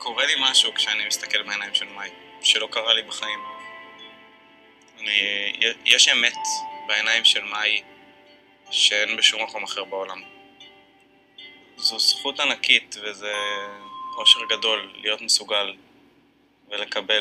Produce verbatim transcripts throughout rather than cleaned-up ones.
קורה לי משהו כשאני מסתכל בעיניים של מאי, שלא קרה לי בחיים. אני, יש אמת בעיניים של מאי שאין בשום מקום אחר בעולם. זו זכות ענקית וזה אושר גדול להיות מסוגל ולקבל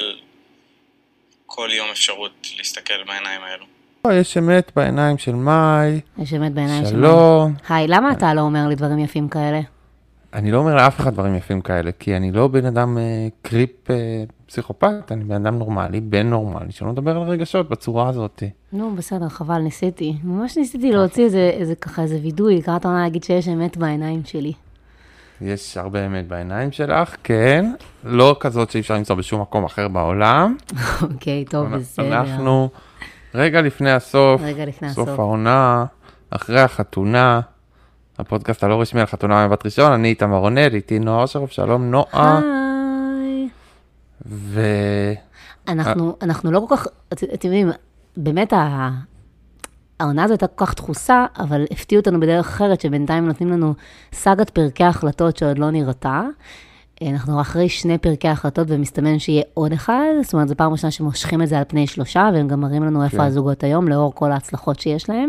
כל יום אפשרות להסתכל בעיניים האלו. יש אמת בעיניים של מאי. יש אמת בעיניים של מאי. שלום. היי, למה אתה לא אומר לי דברים יפים כאלה? אני לא אומר לאף אחד דברים יפים כאלה, כי אני לא בן אדם אה, קריפ אה, פסיכופת, אני בן אדם נורמלי, בן נורמלי, שלא מדבר על רגשות בצורה הזאת. נו, בסדר, חבל, ניסיתי. ממש ניסיתי להוציא איזה, איזה ככה, איזה וידוי, קראת עונה להגיד שיש אמת בעיניים שלי. יש הרבה אמת בעיניים שלך, כן. לא כזאת שאי אפשר למצוא בשום מקום אחר בעולם. אוקיי, טוב, בסדר. אנחנו רגע לפני הסוף, רגע לפני הסוף. סוף העונה, אחרי החתונה, הפודקאסט הלא רשמי על חתונה מבת ראשון, אני איתמר רונל, איתי נועה אושרוב, שלום נועה. היי. ו... אנחנו, אנחנו לא כל כך, אתם יודעים, באמת העונה הזו הייתה כל כך דחוסה, אבל הפתיעו אותנו בדרך אחרת, שבינתיים נותנים לנו סאגת פרקי ההחלטות שעוד לא נראתה. אנחנו אחרי שני פרקי ההחלטות, ומסתמן שיהיה עוד אחד, זאת אומרת, זו פעם ראשונה שמושכים את זה על פני שלושה, והם גם מראים לנו איפה הזוגות היום, לאור כל ההצלחות שיש להם.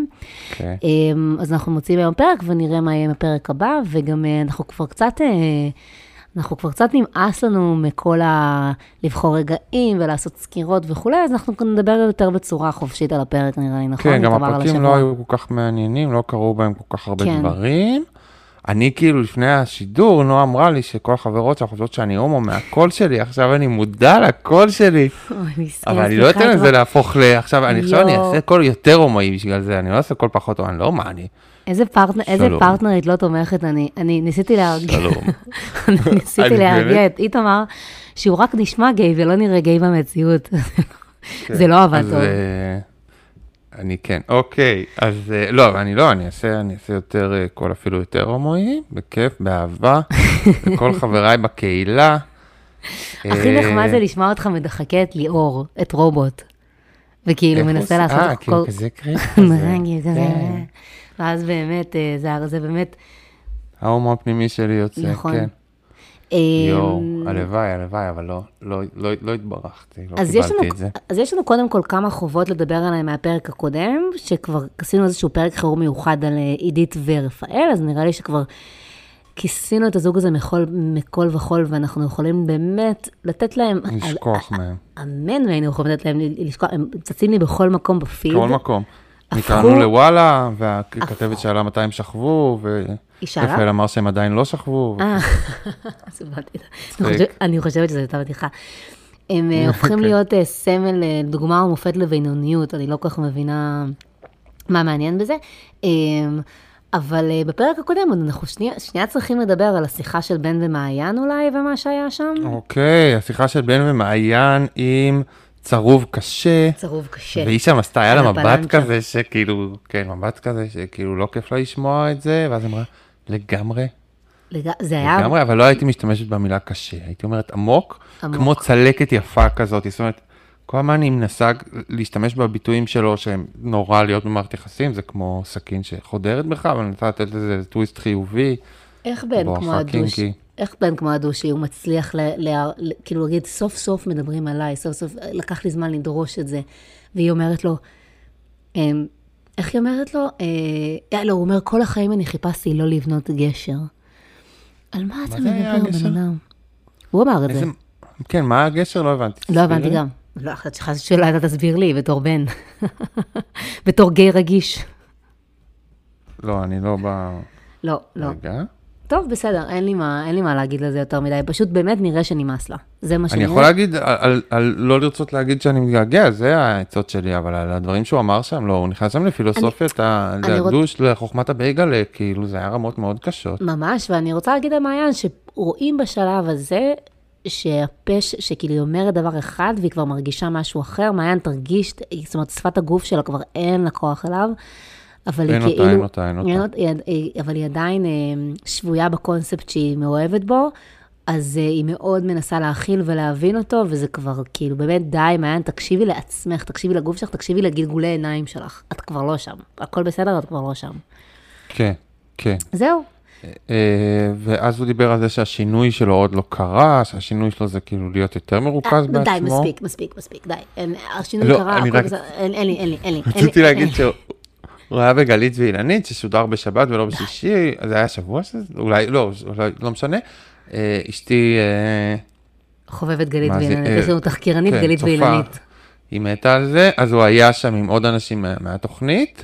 אז אנחנו מוצאים היום פרק, ונראה מה יהיה בפרק הבא, וגם אנחנו כבר קצת, אנחנו כבר קצת נמאס לנו מכל ה... לבחור רגעים, ולעשות סקירות וכו', אז אנחנו נדבר יותר בצורה חופשית על הפרק, נראה לי, נכון? כן, גם הפרקים לא היו כל כך מעניינים, לא קראו בהם כל כך הרבה דברים. אני כאילו לפני השידור, נועה אמרה לי שכל החברות שלה חושבות שאני הומו מהקול שלי, עכשיו אני מודע לקול שלי, אבל אני לא אתן לזה להפוך ל... עכשיו אני חושב אני אעשה קול יותר הומואי בשביל זה, אני לא אעשה קול פחות הומואי, לא מה אני... איזה פרטנרית לא תומכת, אני ניסיתי להרגיע, שלום. אני ניסיתי להרגיע את איתמר, שהוא רק נשמע גיי ולא נראה גיי במציאות, זה לא עבד טוב. אני כן, אוקיי, אז לא, אני לא, אני אעשה, אני אעשה יותר, כל אפילו יותר הומואי, בכיף, באהבה, וכל חבריי בקהילה. הכי נחמד זה לשמוע אותך מדחקה את ליאור, את רובוט, וכאילו מנסה לעשות... אה, כאילו כזה קריפ כזה. ואז באמת, זה באמת... ההומו הפנימי שלי יוצא, כן. נכון. יו, הלוואי, הלוואי, אבל לא, לא, לא, לא התברכתי, לא קיבלתי את זה. אז יש לנו קודם כל כמה חובות לדבר עליהם מהפרק הקודם, שכבר עשינו איזשהו פרק חירום מיוחד על עידית ורפאל, אז נראה לי שכבר כיסינו את הזוג הזה מכל וכל, ואנחנו יכולים באמת לתת להם... לשכוח מהם. אמן, והיינו יכולים לתת להם לשכוח, הם צצים לי בכל מקום בפיד. בכל מקום. נקראנו לוואלה, והכתבת שאלה מתי הם שכבו, ורפאל אמר שהם עדיין לא שכבו. אה, אני חושבת שזו הייתה בדיחה. הם הופכים להיות סמל, דוגמה ומופת לבינוניות, אני לא כל כך מבינה מה מעניין בזה. אבל בפרק הקודם, אנחנו שנייה צריכים לדבר על השיחה של בן ומעיין אולי, ומה שהיה שם. אוקיי, השיחה של בן ומעיין עם... צרוב קשה. צרוב קשה. והיא שם עשתה, היה לה מבט כזה שכאילו, כן, מבט כזה שכאילו לא כיף לה לשמוע את זה, ואז אמרה, לגמרי. זה היה... לגמרי, אבל לא הייתי משתמשת במילה קשה, הייתי אומרת עמוק, כמו צלקת יפה כזאת, זאת אומרת, כל הזמן אני מנסה להשתמש בביטויים שלו, שהם נורא להיות במערכת יחסים, זה כמו סכין שחודרת בך, אבל אני רוצה לתת לזה טוויסט חיובי. איך בן כמו הדוש? איך בן כמו הדושי, הוא מצליח, כאילו להגיד, סוף סוף מדברים עליי, סוף סוף, לקח לי זמן לדרוש את זה, והיא אומרת לו, איך היא אומרת לו? לא, הוא אומר, כל החיים אני חיפשתי לא לבנות גשר. על מה אתה מדבר, בן אדם? הוא אמר את זה. כן, מה הגשר? לא הבנתי. לא הבנתי גם. לא, אחת שחשת שאלה, אתה תסביר לי, בתור בן. בתור גיי רגיש. לא, אני לא בא... לא, לא. רגע. טוב, בסדר, אין לי מה, אין לי מה להגיד לזה יותר מדי, פשוט באמת נראה שנמאס לה. זה מה שאני... אני יכול להגיד, על, על לא לרצות להגיד שאני מתגעגע, זה העצות שלי, אבל על הדברים שהוא אמר שם, לא, הוא נכנס שם לפילוסופיית הדוש, לחוכמת הבייגלה, כאילו זה היה רמות מאוד קשות. ממש, ואני רוצה להגיד על מעיין, שרואים בשלב הזה, שהפש, שכאילו היא אומרת דבר אחד, והיא כבר מרגישה משהו אחר, מעיין תרגיש, זאת אומרת, שפת הגוף שלה כבר אין לה כוח אליו, אבל היא כאילו... אין אותה, אין אותה, אין אותה. אבל היא עדיין שבויה בקונספט שהיא מאוהבת בו, אז היא מאוד מנסה להכיל ולהבין אותו, וזה כבר כאילו באמת די, מעיין, תקשיבי לעצמך, תקשיבי לגוף שלך, תקשיבי לגלגולי עיניים שלך. את כבר לא שם. הכל בסדר, את כבר לא שם. כן, כן. זהו. ואז הוא דיבר על זה שהשינוי שלו עוד לא קרה, שהשינוי שלו זה כאילו להיות יותר מרוכז בעצמו. די, מספיק, מספיק, מספיק, די. השינוי קרה, אין לי, אין לי, אין לי. רציתי להגיד שהוא היה בגלית ואילנית, ששודר בשבת ולא בשישי, זה היה שבוע שזה? אולי, לא, לא משנה. אשתי... חובבת גלית ואילנית, יש לנו תחקירנית גלית ואילנית. היא מתה על זה, אז הוא היה שם עם עוד אנשים מהתוכנית,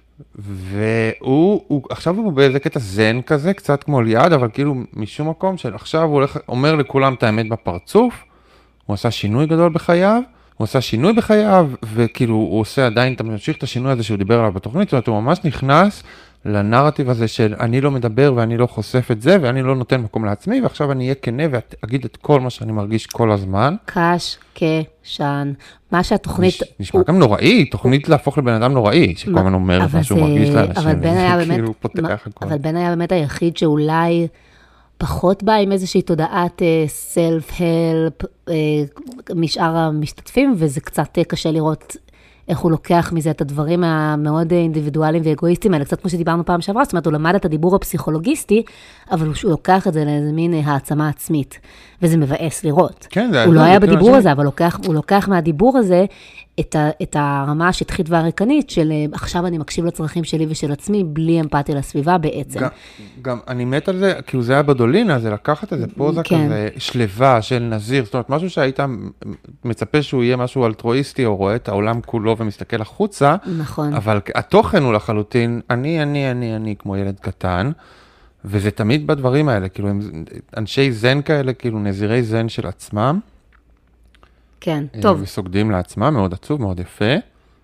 והוא, עכשיו הוא באיזה קטע זן כזה, קצת כמו ליעד, אבל כאילו משום מקום של עכשיו הוא הולך, אומר לכולם את האמת בפרצוף, הוא עשה שינוי גדול בחייו, הוא עשה שינוי בחייו, וכאילו הוא עושה עדיין, אתה ממשיך את השינוי הזה שהוא דיבר עליו בתוכנית, זאת אומרת, הוא ממש נכנס לנרטיב הזה של אני לא מדבר ואני לא חושף את זה, ואני לא נותן מקום לעצמי, ועכשיו אני אהיה כנה ואגיד את כל מה שאני מרגיש כל הזמן. קש, קשן, מה שהתוכנית... נשמע גם נוראי, תוכנית להפוך לבן אדם נוראי, שכל הזמן אומר את מה שהוא מרגיש לאנשים, וכאילו פותח הכל. אבל בן היה באמת היחיד שאולי פחות בא עם איזושהי תודעת סלף-הלפ משאר המשתתפים, וזה קצת קשה לראות איך הוא לוקח מזה את הדברים המאוד אינדיבידואליים ואגואיסטיים האלה, קצת כמו שדיברנו פעם שעברה, זאת אומרת, הוא למד את הדיבור הפסיכולוגיסטי, אבל הוא לוקח את זה לאיזה מין העצמה עצמית, וזה מבאס לראות. כן, זה... הוא לא היה בדיבור הזה, אבל הוא לוקח מהדיבור הזה את, ה, את הרמה השטחית והריקנית של עכשיו אני מקשיב לצרכים שלי ושל עצמי, בלי אמפתיה לסביבה בעצם. גם, גם אני מת על זה, כאילו זה היה בדולינה, זה לקחת איזה פוזה כן. כזה שלווה של נזיר, זאת אומרת, משהו שהיית מצפה שהוא יהיה משהו אלטרואיסטי, או רואה את העולם כולו ומסתכל החוצה, נכון. אבל התוכן הוא לחלוטין, אני, אני, אני, אני, כמו ילד קטן, וזה תמיד בדברים האלה, כאילו, הם אנשי זן כאלה, כאילו נזירי זן של עצמם, כן, טוב. וסוגדים לעצמם, מאוד עצוב, מאוד יפה.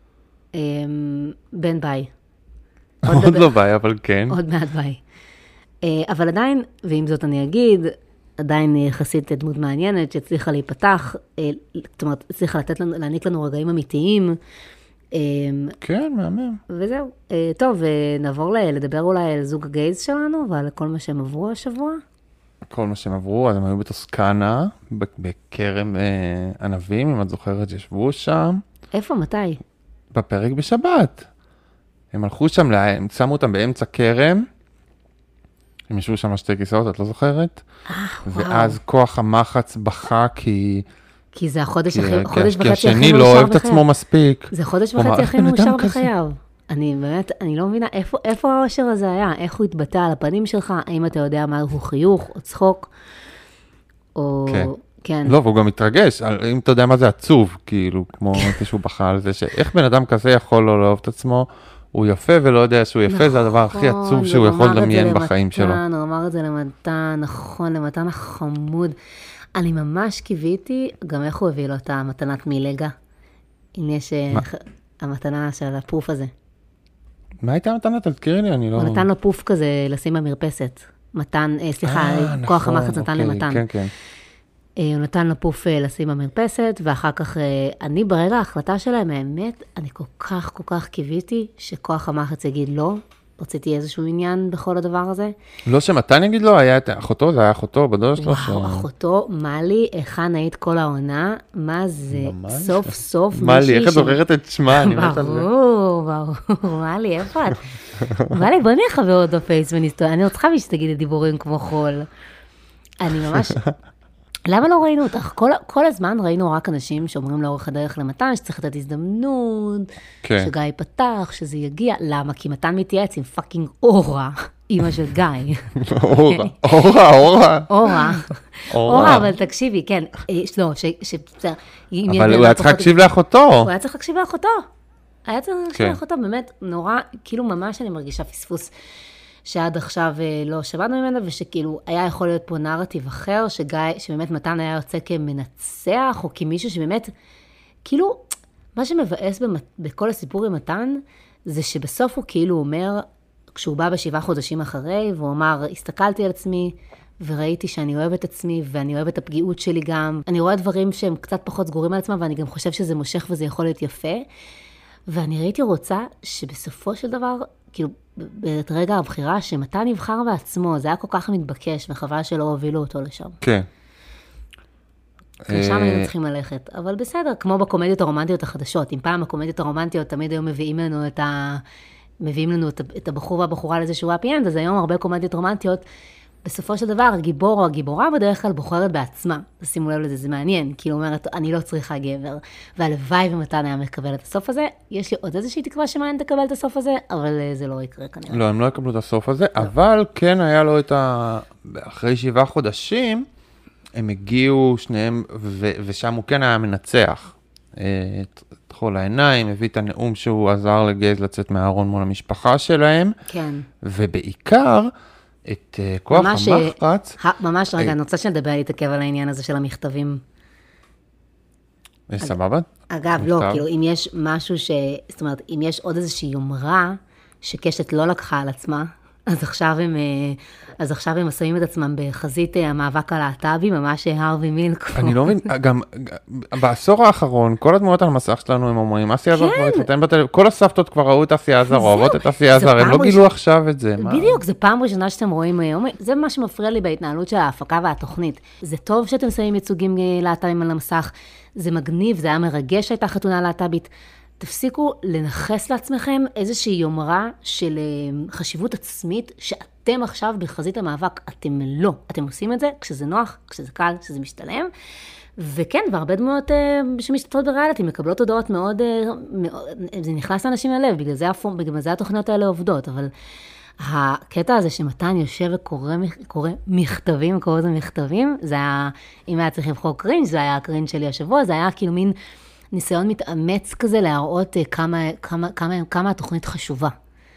בן ביי. עוד לא ביי, אבל כן. עוד מעט ביי. אבל עדיין, ועם זאת אני אגיד, עדיין יחסית דמות מעניינת, שהצליחה להיפתח, זאת אומרת, הצליחה לתת לנו, להעניק לנו רגעים אמיתיים. כן, מהמם. וזהו. טוב, נעבור לדבר אולי על זוג הגייז שלנו, ועל כל מה שהם עברו השבוע. כל מה שהם עברו, אז הם היו בטוסקנה, בכרם אה, ענבים, אם את זוכרת, ישבו שם. איפה, מתי? בפרק בשבת. הם הלכו שם, לה, הם שמו אותם באמצע כרם, הם ישבו שם שתי כיסאות, את לא זוכרת? אה, ואז כוח המחץ בכה כי... כי זה החודש הכי, חודש וחצי הכי מאושר בחייו. כי השני לא אוהב את עצמו מספיק. זה חודש וחצי הכי מאושר בחייו. אני באמת, אני לא מבינה, איפה, איפה האושר הזה היה? איך הוא התבטא על הפנים שלך? האם אתה יודע מה הוא חיוך או צחוק? או... כן. כן. לא, והוא גם מתרגש, אם אתה יודע מה זה עצוב, כאילו, כמו שהוא בכה על זה, שאיך בן אדם כזה יכול לא לאהוב את עצמו, הוא יפה ולא יודע שהוא יפה, נכון, זה הדבר הכי עצוב שהוא יכול לדמיין בחיים שלו. נכון, הוא אמר את זה למתן, נכון, למתן החמוד. אני ממש קיוויתי, גם איך הוא הביא לו את המתנת מילגה. אם יש המתנה של הפוף הזה. מה הייתה מתנה? תזכירי לי, אני לא... הוא נתן לו פוף כזה לשים במרפסת. מתן, סליחה, כוח המחץ נתן למתן. כן, כן. הוא נתן לו פוף לשים במרפסת, ואחר כך, אני ברגע ההחלטה שלהם, האמת, אני כל כך, כל כך קיוויתי שכוח המחץ יגיד לא, רציתי איזשהו עניין בכל הדבר הזה. לא שמתן יגיד לו, היה את אחותו, זה היה אחותו בדוד שלו. וואו, אחותו, מלי, היכן היית כל העונה, מה זה, סוף סוף מישהי... מלי, איך את זוכרת את שמה, אני מת על זה. ברור, ברור, מלי, איפה את? מלי, בוא נהיה חברות בפייס ונסתובב, אני רוצה שתגידי דיבורים כמו חול. אני ממש... למה לא ראינו אותך? כל, כל הזמן ראינו רק אנשים שאומרים לאורך הדרך למתן, שצריך לתת הזדמנות, כן. שגיא פתח, שזה יגיע. למה? כי מתן מתייעץ עם פאקינג אורה, אמא של גיא. אורה, אורה, אורה. אורה. אורה, אבל תקשיבי, כן. לא, ש... ש... אבל הוא היה צריך להקשיב לאחותו. הוא היה צריך להקשיב לאחותו. היה צריך להקשיב לאחותו, באמת, נורא, כאילו ממש אני מרגישה פספוס. שעד עכשיו לא שמענו ממנה, ושכאילו היה יכול להיות פה נרטיב אחר, שגיא, שבאמת מתן היה יוצא כמנצח, או כמישהו שבאמת, כאילו, מה שמבאס בכל הסיפור עם מתן, זה שבסוף הוא כאילו אומר, כשהוא בא בשבעה חודשים אחרי, והוא אמר, הסתכלתי על עצמי, וראיתי שאני אוהבת את עצמי, ואני אוהבת את הפגיעות שלי גם. אני רואה דברים שהם קצת פחות סגורים על עצמם, ואני גם חושב שזה מושך וזה יכול להיות יפה. ואני ראיתי רוצה שבסופו של דבר, כאילו, ברגע הבחירה, שמתן נבחר בעצמו, זה היה כל כך מתבקש, וחבל שלא הובילו אותו לשם. כן. לשם היינו צריכים ללכת. אבל בסדר, כמו בקומדיות הרומנטיות החדשות. אם פעם הקומדיות הרומנטיות תמיד היו מביאים לנו את ה... מביאים לנו את הבחור והבחורה לאיזשהו happy end, אז היום הרבה קומדיות רומנטיות, בסופו של דבר, הגיבור או הגיבורה בדרך כלל בוחרת בעצמה. שימו לב לזה, זה מעניין. כאילו אומרת, אני לא צריכה גבר. והלוואי ומתן היה מקבל את הסוף הזה. יש לי עוד איזושהי תקווה שמעניין תקבל את הסוף הזה, אבל זה לא יקרה כנראה. לא, הם לא יקבלו את הסוף הזה, אבל כן היה לו את ה... אחרי שבעה חודשים, הם הגיעו שניהם, ושם הוא כן היה מנצח. תחול העיניים, הביא את הנאום שהוא עזר לגייז לצאת מהארון מול המשפחה שלהם. כן. ובעיקר, את כוח המחץ. ממש רגע, אני רוצה שנדבר להתעכב על העניין הזה של המכתבים. סבבה? אגב, לא, כאילו, אם יש משהו ש... זאת אומרת, אם יש עוד איזושהי יומרה שקשת לא לקחה על עצמה, אז עכשיו הם, אז עכשיו הם שמים את עצמם בחזית המאבק הלהט"בי, ממש הרווי מילק. אני לא מבין, גם בעשור האחרון, כל הדמויות על המסך שלנו הם אומרים, אסי עזר כבר התחתן בטלוויזיה, כל הסבתות כבר ראו את אסי עזר, אוהבות את אסי עזר, הם לא גילו עכשיו את זה. בדיוק, זה פעם ראשונה שאתם רואים, זה מה שמפריע לי בהתנהלות של ההפקה והתוכנית. זה טוב שאתם שמים ייצוגים להט"בים על המסך, זה מגניב, זה היה מרגש שהייתה חתונה להט"בית. תפסיקו לנחס לעצמכם איזושהי יומרה של חשיבות עצמית, שאתם עכשיו בחזית המאבק, אתם לא. אתם עושים את זה כשזה נוח, כשזה קל, כשזה משתלם. וכן, והרבה דמויות שמשתתפות בריאליטי, מקבלות הודעות מאוד, זה נכנס לאנשים ללב, בגלל זה, בגלל זה התוכניות האלה עובדות, אבל הקטע הזה שמתן יושב וקורא מכתבים, קורא לזה מכתבים, זה היה, אם היה צריך לבחור קרינג', זה היה הקרינג' שלי השבוע, זה היה כאילו מין ניסיון מתאמץ כזה להראות כמה, כמה, כמה, כמה התוכנית חשובה.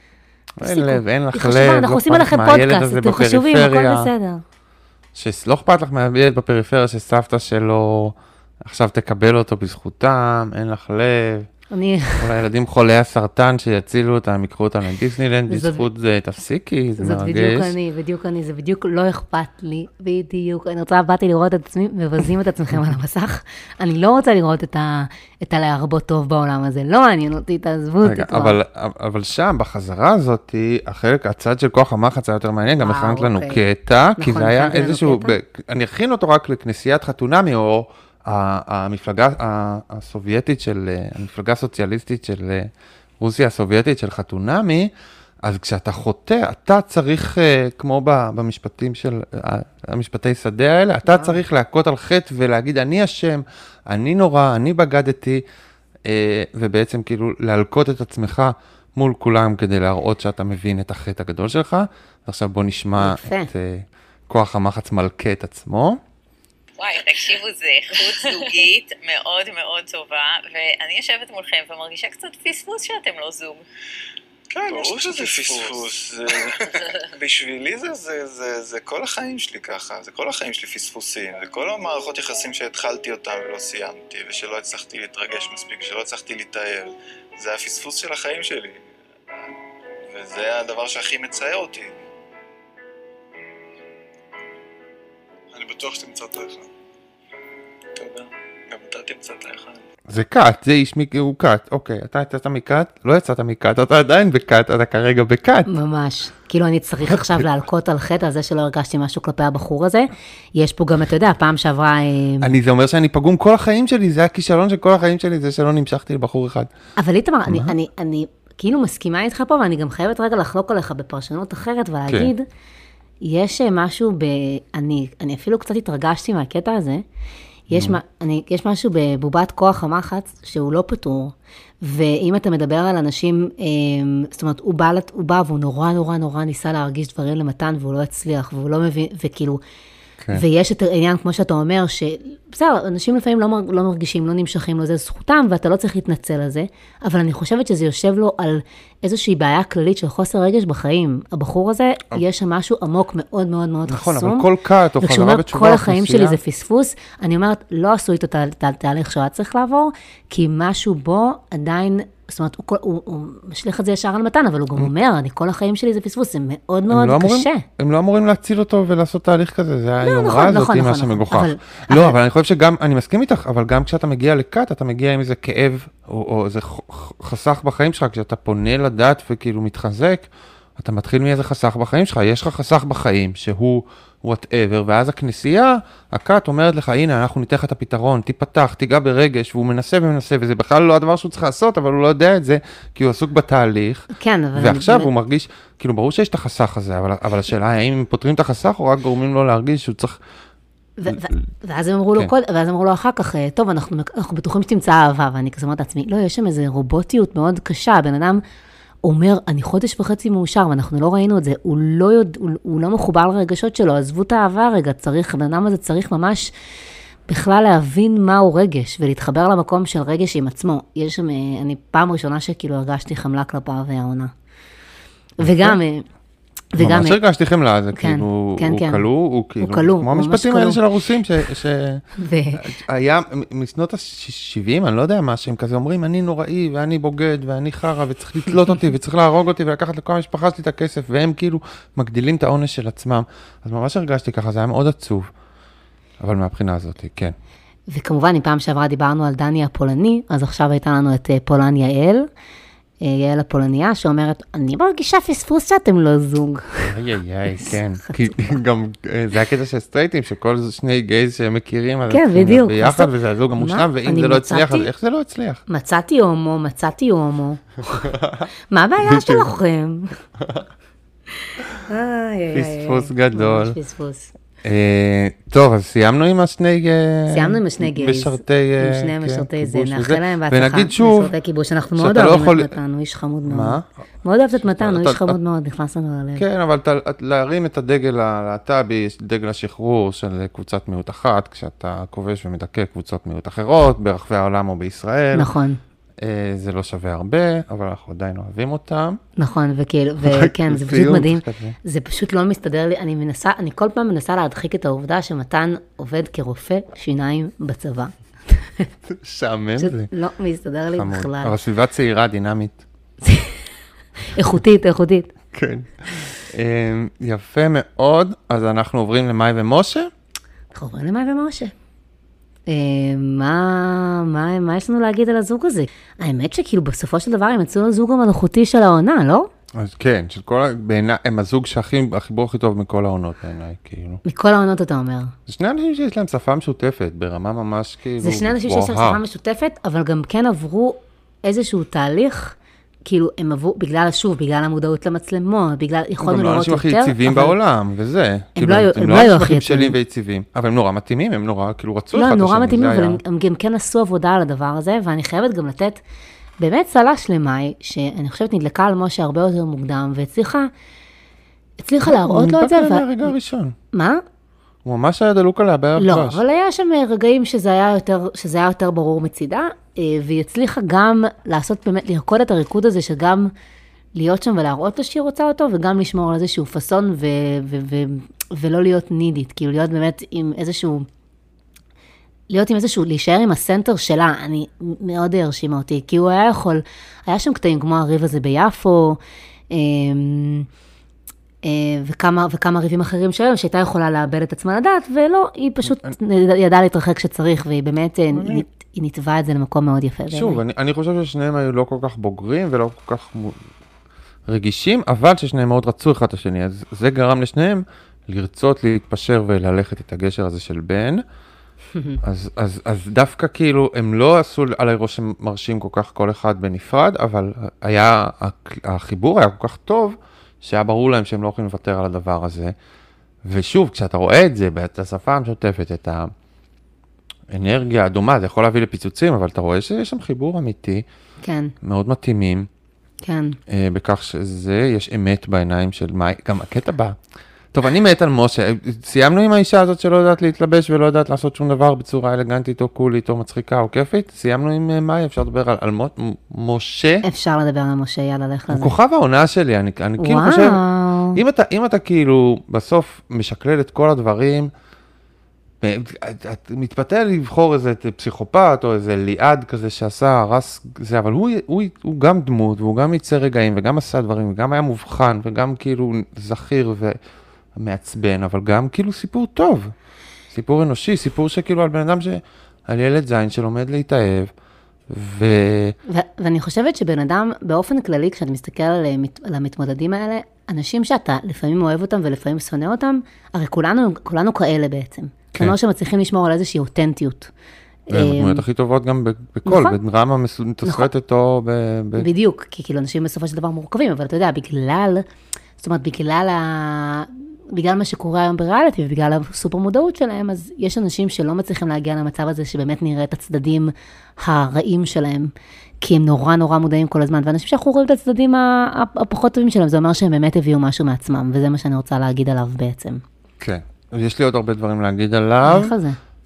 אין לב, אין לך לב, אנחנו עושים עליכם פודקאסט, אתם חשובים, הכל בסדר. שלא אכפת לך מהילד בפריפריה שסבתא שלו עכשיו תקבל אותו בזכותם, אין לך לב. אני... אולי ילדים חולי הסרטן שיצילו אותם, יקחו אותם לדיסנילנד, בזכות זה תפסיקי, זה מרגש. זאת בדיוק אני, בדיוק אני, זה בדיוק לא אכפת לי, בדיוק. אני רוצה, באתי לראות את עצמי, מבזים את עצמכם על המסך. אני לא רוצה לראות את ה, את הלהרבות טוב בעולם הזה. לא מעניין אותי, תעזבו אותי כבר. אבל, אבל שם, בחזרה הזאת, החלק, הצד של כוח המחץ היה יותר מעניין, גם הכנת לנו קטע, כי זה היה איזשהו, אני אכין אותו רק לכנסיית חתונמי, או המפלגה הסובייטית של, המפלגה הסוציאליסטית של רוסיה הסובייטית של חתונמי, אז כשאתה חוטא, אתה צריך, כמו במשפטים של, המשפטי שדה האלה, אתה צריך להכות על חטא ולהגיד, אני אשם, אני נורא, אני בגדתי, ובעצם כאילו להלקות את עצמך מול כולם כדי להראות שאתה מבין את החטא הגדול שלך. עכשיו בוא נשמע את כוח המחץ מלכה את עצמו. וואי, תקשיבו, זה איכות זוגית מאוד מאוד טובה, ואני יושבת מולכם ומרגישה קצת פספוס שאתם לא זוג. כן, ברור שזה פספוס. בשבילי זה כל החיים שלי ככה, זה כל החיים שלי פספוסים, זה כל המערכות יחסים שהתחלתי אותם ולא סיימתי, ושלא הצלחתי להתרגש מספיק, ושלא הצלחתי להתאהב. זה הפספוס של החיים שלי, וזה הדבר שהכי מצער אותי. אני בטוח שתמצא את האחד. תודה. גם אתה תמצא את האחד. זה קאט, זה איש הוא קאט. אוקיי, אתה יצאת מקאט? לא יצאת מקאט, אתה עדיין בקאט, אתה כרגע בקאט. ממש. כאילו אני צריך עכשיו להלקות על חטא על זה שלא הרגשתי משהו כלפי הבחור הזה. יש פה גם, אתה יודע, פעם שעברה... אני, זה אומר שאני פגום כל החיים שלי, זה הכישלון של כל החיים שלי, זה שלא נמשכתי לבחור אחד. אבל איתמר, אני, אני, אני כאילו מסכימה איתך פה, ואני גם חייבת רגע לחלוק עליך בפרשנות אחרת ולהגיד, יש משהו ב... אני, אני אפילו קצת התרגשתי מהקטע הזה, יש, מה, אני, יש משהו בבובת כוח המחץ שהוא לא פתור, ואם אתה מדבר על אנשים, זאת אומרת, הוא בא, הוא בא והוא נורא נורא נורא ניסה להרגיש דברים למתן, והוא לא הצליח, והוא לא מבין, וכאילו, כן. ויש את העניין, כמו שאתה אומר, שבסדר, אנשים לפעמים לא, לא מרגישים, לא נמשכים לו, זה זכותם, ואתה לא צריך להתנצל על זה, אבל אני חושבת שזה יושב לו על איזושהי בעיה כללית של חוסר רגש בחיים. הבחור הזה, אבל... יש שם משהו עמוק מאוד מאוד מאוד נכון, חסום. נכון, אבל כל קאט או חזרה בתשובה כל החיים שלי זה פספוס, אני אומרת, לא עשו איתו את התהליך שהוא היה צריך לעבור, כי משהו בו עדיין... זאת אומרת, הוא, הוא, הוא משליך את זה ישר על מתן, אבל הוא גם אומר, אני, כל החיים שלי זה פספוס, זה מאוד מאוד לא קשה. אמורים, הם לא אמורים להציל אותו ולעשות תהליך כזה, זה לא, היומרה נכון, הזאת, נכון, מה נכון, שמגוחך. אבל, לא, אבל... אבל אני חושב שגם, אני מסכים איתך, אבל גם כשאתה מגיע לקאט, אתה מגיע עם איזה כאב, או, או איזה חסך בחיים שלך, כשאתה פונה לדת וכאילו מתחזק, אתה מתחיל מאיזה חסך בחיים שלך, יש לך חסך בחיים, שהוא whatever, ואז הכנסייה, הכת אומרת לך, הנה, אנחנו ניתן לך את הפתרון, תיפתח, תיגע ברגש, והוא מנסה ומנסה, וזה בכלל לא הדבר שהוא צריך לעשות, אבל הוא לא יודע את זה, כי הוא עסוק בתהליך. כן, אבל... ועכשיו אני... הוא מרגיש, כאילו, ברור שיש את החסך הזה, אבל, אבל השאלה, האם הם פותרים את החסך, או רק גורמים לו להרגיש שהוא צריך... ו- ו- ואז הם אמרו לו, כל, ואז אמרו לו אחר כך, טוב, אנחנו, אנחנו בטוחים שתמצא אהבה, ואני כזה אומרת לעצמי, לא, יש שם איזו רובוטיות מאוד קשה, הבן אדם אומר, אני חודש וחצי מאושר, ואנחנו לא ראינו את זה, הוא לא, יודע, הוא, הוא לא מחובר לרגשות שלו, עזבו את האהבה רגע, צריך, הבן אדם הזה צריך ממש בכלל להבין מהו רגש, ולהתחבר למקום של רגש עם עצמו. יש שם, אני פעם ראשונה שכאילו הרגשתי חמלה כלפיו והעונה. וגם... ממש הרגשתי חמלה, זה כאילו, הוא כלוא, הוא כאילו, כמו המשפטים האלה של הרוסים, שהיה משנות ה-שבעים, אני לא יודע מה, שהם כזה אומרים, אני נוראי, ואני בוגד, ואני חרה, וצריך לתלות אותי, וצריך להרוג אותי, ולקחת לכל המשפחה שלי את הכסף, והם כאילו מגדילים את העונש של עצמם. אז ממש הרגשתי ככה, זה היה מאוד עצוב. אבל מהבחינה הזאת, כן. וכמובן, אם פעם שעברה דיברנו על דני הפולני, אז עכשיו הייתה לנו את פולן יעל, יעל הפולניה, שאומרת, אני מרגישה פספוס שאתם לא זוג. איי, איי, איי, כן. כי גם, זה הקטע של סטרייטים, שכל שני גייז שהם מכירים, כן, בדיוק. ביחד, וזה הזוג המושלם, ואם זה לא הצליח, אז איך זה לא הצליח? מצאתי הומו, מצאתי הומו. מה הבעיה שלכם? פספוס גדול. ממש פספוס. טוב, אז סיימנו עם השני... סיימנו עם השני גייז. משרתי... עם שני משרתי זה. נאחל להם בהצלחה. ונגיד שוב... משרתי כיבוש. אנחנו מאוד אוהבים את מתן, הוא איש חמוד מאוד. מה? מאוד אוהבת את מתן, הוא איש חמוד מאוד, נכנס לנו ללב. כן, אבל להרים את הדגל הלהט"בי, דגל השחרור של קבוצת מיעוט אחת, כשאתה כובש ומדכא קבוצות מיעוט אחרות, ברחבי העולם או בישראל. נכון. זה לא שווה הרבה, אבל אנחנו עדיין אוהבים אותם. נכון, וכאילו, וכן, זה פשוט מדהים. זה פשוט לא מסתדר לי. אני מנסה, אני כל פעם מנסה להדחיק את העובדה שמתן עובד כרופא שיניים בצבא. שעמם זה. לא מסתדר לי בכלל. אבל סביבה צעירה, דינמית. איכותית, איכותית. כן. יפה מאוד. אז אנחנו עוברים למאי ומשה? אנחנו עוברים למאי ומשה. מה, מה, מה יש לנו להגיד על הזוג הזה? האמת שכאילו בסופו של דבר הם יצאו לזוג המלאכותי של העונה, לא? אז כן, של כל, בעיני, הם הזוג שהחיבור הכי טוב מכל העונות בעיניי, כאילו. מכל העונות אתה אומר. זה שני אנשים שיש להם שפה משותפת, ברמה ממש כאילו... זה שני אנשים שיש להם שפה משותפת, אבל גם כן עברו איזשהו תהליך, כאילו הם עברו, בגלל, שוב, בגלל המודעות למצלמות, בגלל, יכולנו לראות יותר. הם לא אנשים הכי יציבים בעולם, וזה. הם לא היו הכי יציבים ויציבים, אבל הם נורא מתאימים, הם נורא, כאילו רצו אחד השני. לא, הם נורא מתאימים, אבל הם גם כן עשו עבודה על הדבר הזה, ואני חייבת גם לתת, באמת צל"ש למאי, שאני חושבת נדלקה על משה הרבה יותר מוקדם, והצליחה, הצליחה להראות לו את זה. הוא נדלק עליה הרגע הראשון. מה? הוא ממש היה דלוק עליה בערך לא, ראש. אבל היה שם רגעים שזה היה יותר, שזה היה יותר ברור מצידה, והיא הצליחה גם לעשות באמת, לרקוד את הריקוד הזה, שגם להיות שם ולהראות לו שהיא רוצה אותו, וגם לשמור על איזשהו פסון, ו- ו- ו- ולא להיות נידית, כאילו להיות באמת עם איזשהו, להיות עם איזשהו, להישאר עם הסנטר שלה, אני מאוד הרשימה אותי, כי הוא היה יכול, היה שם קטעים כמו הריב הזה ביפו, וכמה, וכמה ריבים אחרים שהיום, שהייתה יכולה לאבד את עצמה לדעת, ולא, היא פשוט ידעה להתרחק שצריך, והיא באמת, היא נטבעה את זה למקום מאוד יפה. שוב, אני, אני חושב ששניהם היו לא כל כך בוגרים, ולא כל כך רגישים, אבל ששניהם מאוד רצו אחד את השני, אז זה גרם לשניהם לרצות להתפשר וללכת את הגשר הזה של בן, אז, אז, אז דווקא כאילו, הם לא עשו עלי ראש מרשים כל כך כל אחד בנפרד, אבל היה, החיבור היה כל כך טוב, שהיה ברור להם שהם לא יכולים לוותר על הדבר הזה. ושוב, כשאתה רואה את זה, את השפה המשותפת, את האנרגיה הדומה, זה יכול להביא לפיצוצים, אבל אתה רואה שיש שם חיבור אמיתי, כן. מאוד מתאימים. כן. בכך שזה, יש אמת בעיניים של מאי, גם הקטע בא. טוב, אני מת על משה, סיימנו עם האישה הזאת שלא יודעת להתלבש ולא יודעת לעשות שום דבר בצורה אלגנטית או קולית או מצחיקה או כיפית, סיימנו עם מאי, אפשר לדבר על, על משה. אפשר לדבר על משה, יאללה, לך לזה. הוא כוכב העונה שלי, אני, אני כאילו חושב, אם אתה, אם אתה כאילו בסוף משקלל את כל הדברים, את מתפתה לבחור איזה פסיכופת או איזה ליעד כזה שעשה, הרס זה, אבל הוא, הוא, הוא גם דמות והוא גם ייצר רגעים וגם עשה דברים וגם היה מובחן וגם כאילו זכיר ו... מעצבן, אבל גם כאילו סיפור טוב, סיפור אנושי, סיפור שכאילו על בן אדם ש... על ילד זין שלומד להתאהב, ו... ו- ואני חושבת שבן אדם, באופן כללי, כשאתה מסתכל על, על המתמודדים האלה, אנשים שאתה לפעמים אוהב אותם ולפעמים שונא אותם, הרי כולנו, כולנו כאלה בעצם. כן. כלומר שמצליחים לשמור על איזושהי אותנטיות. הדמויות הכי טובות גם בכל, נכון. בדרמה מתוסרטת או ב... ב... בדיוק, כי כאילו אנשים בסופו של דבר מורכבים, אבל אתה יודע, בגלל, זאת אומרת, בגלל ה... בגלל מה שקורה היום בריאליטי, ובגלל הסופר מודעות שלהם, אז יש אנשים שלא מצליחים להגיע למצב הזה, שבאמת נראה את הצדדים הרעים שלהם, כי הם נורא נורא מודעים כל הזמן, ואנשים שאנחנו רואים את הצדדים הפחות טובים שלהם, זה אומר שהם באמת הביאו משהו מעצמם, וזה מה שאני רוצה להגיד עליו בעצם. כן, יש לי עוד הרבה דברים להגיד עליו. איך זה?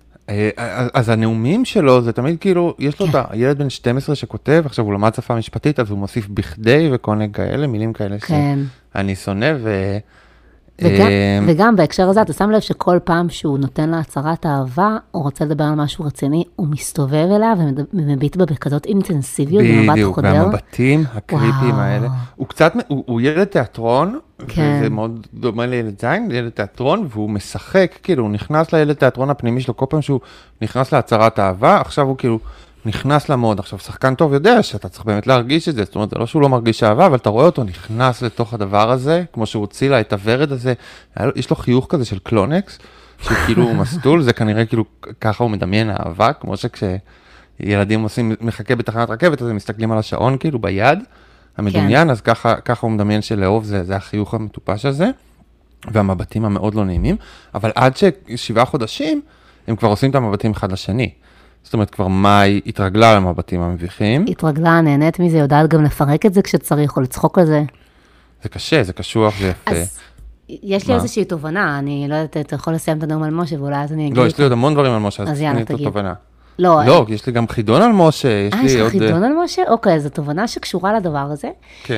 אז הנאומים שלו, זה תמיד כאילו, יש לו את הילד בן שתים עשרה שכותב, עכשיו הוא למד שפה משפטית, אז הוא מוסיף בכדי וכל מיני כאלה, מילים כאלה שאני שונא, ו... וגם, וגם בהקשר הזה, אתה שם לב שכל פעם שהוא נותן לה הצהרת אהבה, הוא רוצה לדבר על משהו רציני, הוא מסתובב אליה ומביט בה בכזאת אינטנסיביות, במבט חודר. בדיוק, והמבטים הקריפיים האלה. הוא קצת, הוא, הוא ילד תיאטרון, כן. וזה מאוד דומה לילד זין, ילד תיאטרון, והוא משחק, כאילו, הוא נכנס לילד תיאטרון הפנימי שלו, כל פעם שהוא נכנס להצהרת אהבה, עכשיו הוא כאילו נכנס למוד. עכשיו, שחקן טוב יודע שאתה צריך באמת להרגיש את זה, זאת אומרת, זה לא שהוא לא מרגיש אהבה, אבל אתה רואה אותו נכנס לתוך הדבר הזה, כמו שהוא הוציא לה את הוורד הזה, יש לו חיוך כזה של קלונקס, שכאילו מסטול, זה כנראה כאילו ככה הוא מדמיין אהבה, כמו שכשילדים עושים, מחכה בתחנת רכבת, אז הם מסתכלים על השעון כאילו ביד, המדומיין, אז ככה, ככה הוא מדמיין שלאהוב זה, זה החיוך המטופש הזה, והמבטים המאוד לא נעימים, אבל עד ששבעה חודשים, הם כבר עושים את המבטים אחד לשני. זאת אומרת, כבר מאי התרגלה למבטים המביכים. התרגלה, נהנית מזה, יודעת גם לפרק את זה כשצריך, או לצחוק על זה. זה קשה, זה קשוח, זה יפה. אז יש לי איזושהי תובנה, אני לא יודעת, אתה יכול לסיים את הנאום על משה, ואולי אז אני אגיד... לא, יש לי עוד המון דברים על משה, אז יאללה, תגיד. לא, לא, יש לי גם חידון על משה, יש לי עוד... אה, יש לך חידון על משה? אוקיי, אז התובנה שקשורה לדבר הזה. כן.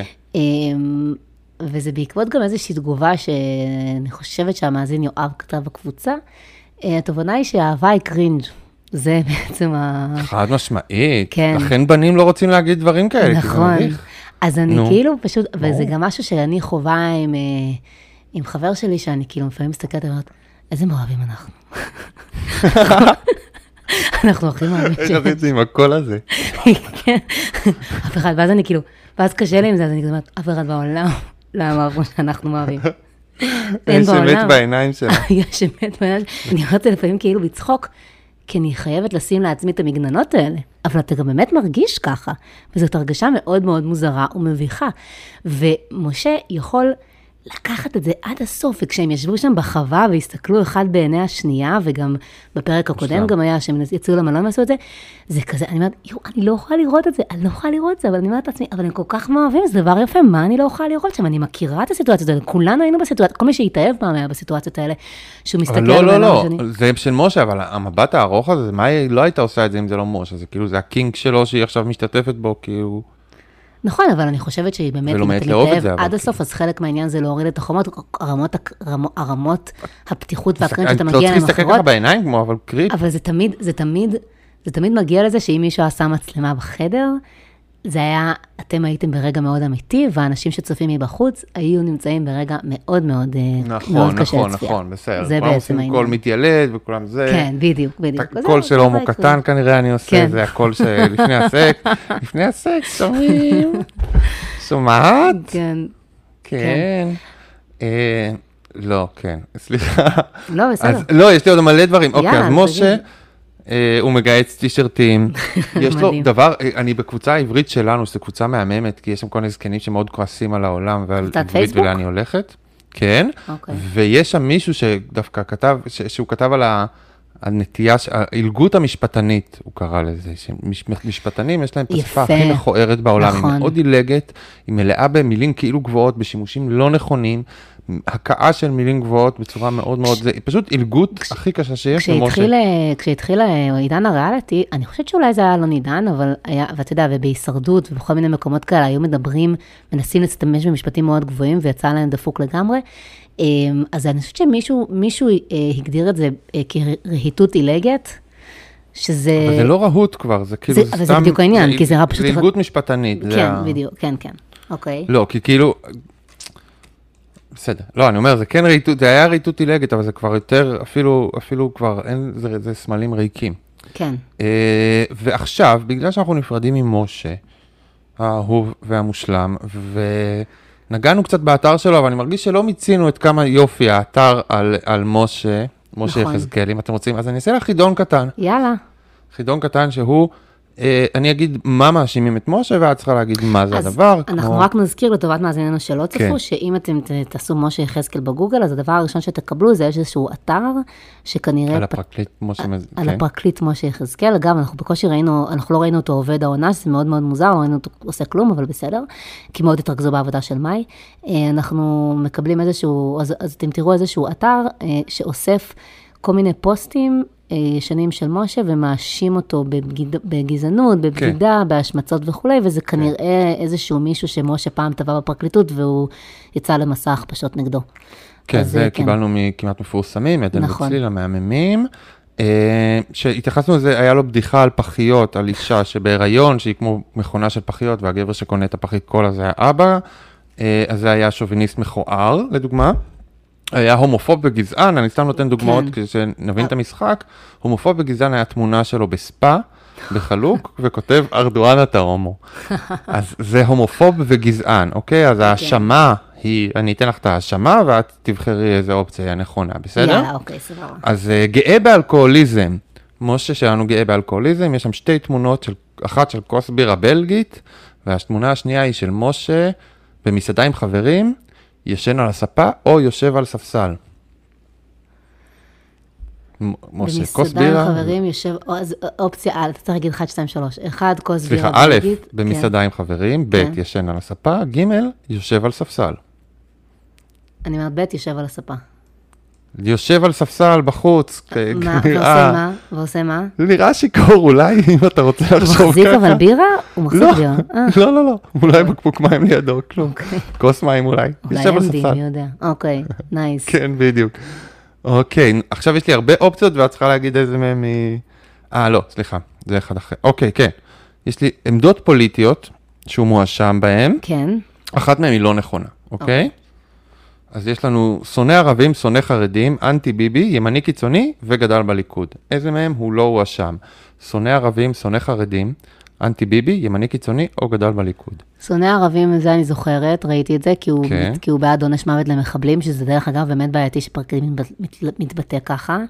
וזה בעקבות גם איזושהי תגובה שאני חושבת שהמאזין יואב כתב בקבוצה. התובנה היא שהאהבה היא קרינג'. זה בעצם ה... חד משמעית. כן. לכן בנים לא רוצים להגיד דברים כאלה. נכון. אז אני כאילו פשוט, וזה גם משהו שאני חובה עם, עם חבר שלי, שאני כאילו לפעמים מסתכלת ואומרת, איזה מאוהבים אנחנו. אנחנו הכי מאוהבים. איך עשית עם הקול הזה? כן. אף אחד, ואז אני כאילו, ואז קשה לי עם זה, אז אני כאילו אומרת, אף אחד בעולם לא אמר כמו שאנחנו מאוהבים. יש אמת בעיניים שלה. יש אמת בעיניים שלה. אני אומרת את זה לפעמים כאילו בצחוק, כי אני חייבת לשים לעצמי את המגננות האלה, אבל אתה גם באמת מרגיש ככה, וזאת הרגשה מאוד מאוד מוזרה ומביכה, ומשה יכול לקחת את זה עד הסוף, וכשהם ישבו שם בחווה והסתכלו אחד בעיני השנייה, וגם בפרק הקודם גם היה שהם יצאו למלון ועשו את זה, זה כזה, אני אומרת, יו, אני לא יכולה לראות את זה, אני לא יכולה לראות את זה, אבל אני אומרת לעצמי, אבל הם כל כך מאוהבים, זה דבר יפה, מה אני לא יכולה לראות שם? אני מכירה את הסיטואציות האלה, כולנו היינו בסיטואציות, כל מי שהתאהב פעם היה בסיטואציות האלה, שהוא מסתכל לא, לא, לא, זה של משה, אבל המבט הארוך הזה, מה היא לא הייתה עושה את זה אם זה לא משה, זה כאילו, זה הקינג שלו שהיא עכשיו משתתפת בו, כאילו... נכון, אבל אני חושבת שהיא באמת, אם אתה מתאהב עד הסוף, אז חלק מהעניין זה להוריד את החומות, הרמות הפתיחות והקרין שאתה מגיע להם אחרות. לא צריך להסתכל ככה בעיניים כמו, אבל קריפ. אבל זה תמיד, זה תמיד, זה תמיד מגיע לזה שאם מישהו עשה מצלמה בחדר, זה היה, אתם הייתם ברגע מאוד אמיתי, והאנשים שצופים מבחוץ היו נמצאים ברגע מאוד מאוד קשה לצפייה. נכון, נכון, נכון, בסדר. זה בעצם העניין. כל מתיילד וכולם זה. כן, בדיוק, בדיוק. הקול של הומו קטן כנראה אני עושה, זה הקול שלפני הסקס. לפני הסקס, שומעים? שומעת? כן. כן. לא, כן, סליחה. לא, בסדר. לא, יש לי עוד מלא דברים. אוקיי, אז משה... הוא מגייץ טישרטים, יש לו דבר, אני בקבוצה העברית שלנו, שזו קבוצה מהממת, כי יש שם כל מיני זקנים שמאוד כועסים על העולם ועל עברית ולאן אני הולכת, כן, ויש שם מישהו שדווקא כתב, שהוא כתב על הנטייה, העילגות המשפטנית, הוא קרא לזה, שמשפטנים יש להם את השפה הכי מכוערת בעולם, היא מאוד עילגת, היא מלאה במילים כאילו גבוהות, בשימושים לא נכונים, הקאה של מילים גבוהות בצורה מאוד מאוד, זה פשוט עילגות הכי קשה שיש. כשהתחיל עידן הריאליטי, אני חושבת שאולי זה היה לא נידן, אבל היה, ואתה יודע, ובהישרדות ובכל מיני מקומות כאלה, היו מדברים, מנסים להשתמש במשפטים מאוד גבוהים, ויצא להם דפוק לגמרי. אז אני חושבת שמישהו הגדיר את זה כרהיטות עילגת, שזה... אבל זה לא רהוט כבר, זה כאילו סתם... אבל זה בדיוק העניין, כי זה רע פשוט... זה עילגות משפטנית. כן, בדיוק, כן, כן. אוקיי. לא, כי כאילו... בסדר. לא, אני אומר, זה כן רהיטות, זה היה רהיטות עילגת, אבל זה כבר יותר, אפילו, אפילו כבר אין, זה, זה סמלים ריקים. כן. ועכשיו, בגלל שאנחנו נפרדים ממשה, האהוב והמושלם, ונגענו קצת באתר שלו, אבל אני מרגיש שלא מיצינו את כמה יופי האתר על, על משה, משה נכון. יחזקאל, אם אתם רוצים, אז אני אעשה לך חידון קטן. יאללה. חידון קטן שהוא, אה, אני אגיד מה מאשימים את משה, ואת צריכה להגיד מה זה הדבר. אז אנחנו כמו... רק נזכיר לטובת מאזיננו שלא צפו, כן. שאם אתם ת- תעשו משה יחזקאל בגוגל, אז הדבר הראשון שתקבלו זה יש איזשהו אתר, שכנראה... על הפרקליט משה, על כן. הפרקליט משה יחזקאל, אגב, אנחנו בקושי ראינו, אנחנו לא ראינו אותו עובד העונה, שזה מאוד מאוד מוזר, לא ראינו אותו עושה כלום, אבל בסדר, כי מאוד התרכזו בעבודה של מאי. אנחנו מקבלים איזשהו, אז, אז אתם תראו איזשהו אתר שאוסף כל מיני פוסטים ישנים של משה, ומאשים אותו בבגיד, בגזענות, בבגידה, כן. בהשמצות וכולי, וזה כנראה כן. איזשהו מישהו שמשה פעם טבע בפרקליטות, והוא יצא למסע הכפשות נגדו. כן, זה כן. קיבלנו מכמעט מפורסמים, עדן נכון. וצליל המהממים, שהתייחסנו לזה, היה לו בדיחה על פחיות, על אישה שבהיריון, שהיא כמו מכונה של פחיות, והגבר שקונה את הפחית קולה זה היה אבא, אז זה היה שוביניסט מכוער, לדוגמה. היה הומופוב וגזען, אני סתם נותן דוגמאות כדי שנבין את המשחק, הומופוב וגזען היה תמונה שלו בספה, בחלוק, וכותב ארדואן אתה הומו. אז זה הומופוב וגזען, אוקיי? אז ההאשמה היא, אני אתן לך את ההאשמה, ואת תבחרי איזה אופציה נכונה, בסדר? יאללה, אוקיי, סבבה. אז גאה באלכוהוליזם, משה שלנו גאה באלכוהוליזם, יש שם שתי תמונות, של, אחת של כוס בירה בלגית, והתמונה השנייה היא של משה במסעדה עם חברים, ישן על הספה או יושב על ספסל. משה, כוס בירה. במסעדה עם חברים יושב, אז אופציה א', אתה צריך להגיד אחת, שתיים, שלוש. אחד, כוס בירה סליחה, בלגית. א', במסעדה עם חברים, ב', ישן על הספה, ג', יושב על ספסל. אני אומרת, ב', יושב על הספה. יושב על ספסל בחוץ, מה, ועושה מה? ועושה מה? נראה שיקור, אולי, אם אתה רוצה לחשוב ככה. הוא מחזיק אבל בירה? הוא מחזיק בירה. לא, לא, לא, אולי בקבוק מים לידו, כלום. כוס מים אולי. אולי אמדי, מי יודע. אוקיי, נייס. כן, בדיוק. אוקיי, עכשיו יש לי הרבה אופציות, ואת צריכה להגיד איזה מהם היא... אה, לא, סליחה, זה אחד אחר. אוקיי, כן. יש לי עמדות פוליטיות, שהוא מואשם בהן. כן. אחת מהן היא לא נכונה, אוקיי? אז יש לנו שונא ערבים, שונא חרדים, אנטי ביבי, ימני קיצוני וגדל בליכוד. איזה מהם הוא לא הואשם? שונא ערבים, שונא חרדים, אנטי ביבי, ימני קיצוני או גדל בליכוד. שונא ערבים, זה אני זוכרת, ראיתי את זה, כי הוא, כן. כי הוא בעד עונש מוות למחבלים, שזה דרך אגב באמת בעייתי שפרקליט מתבטא ככה.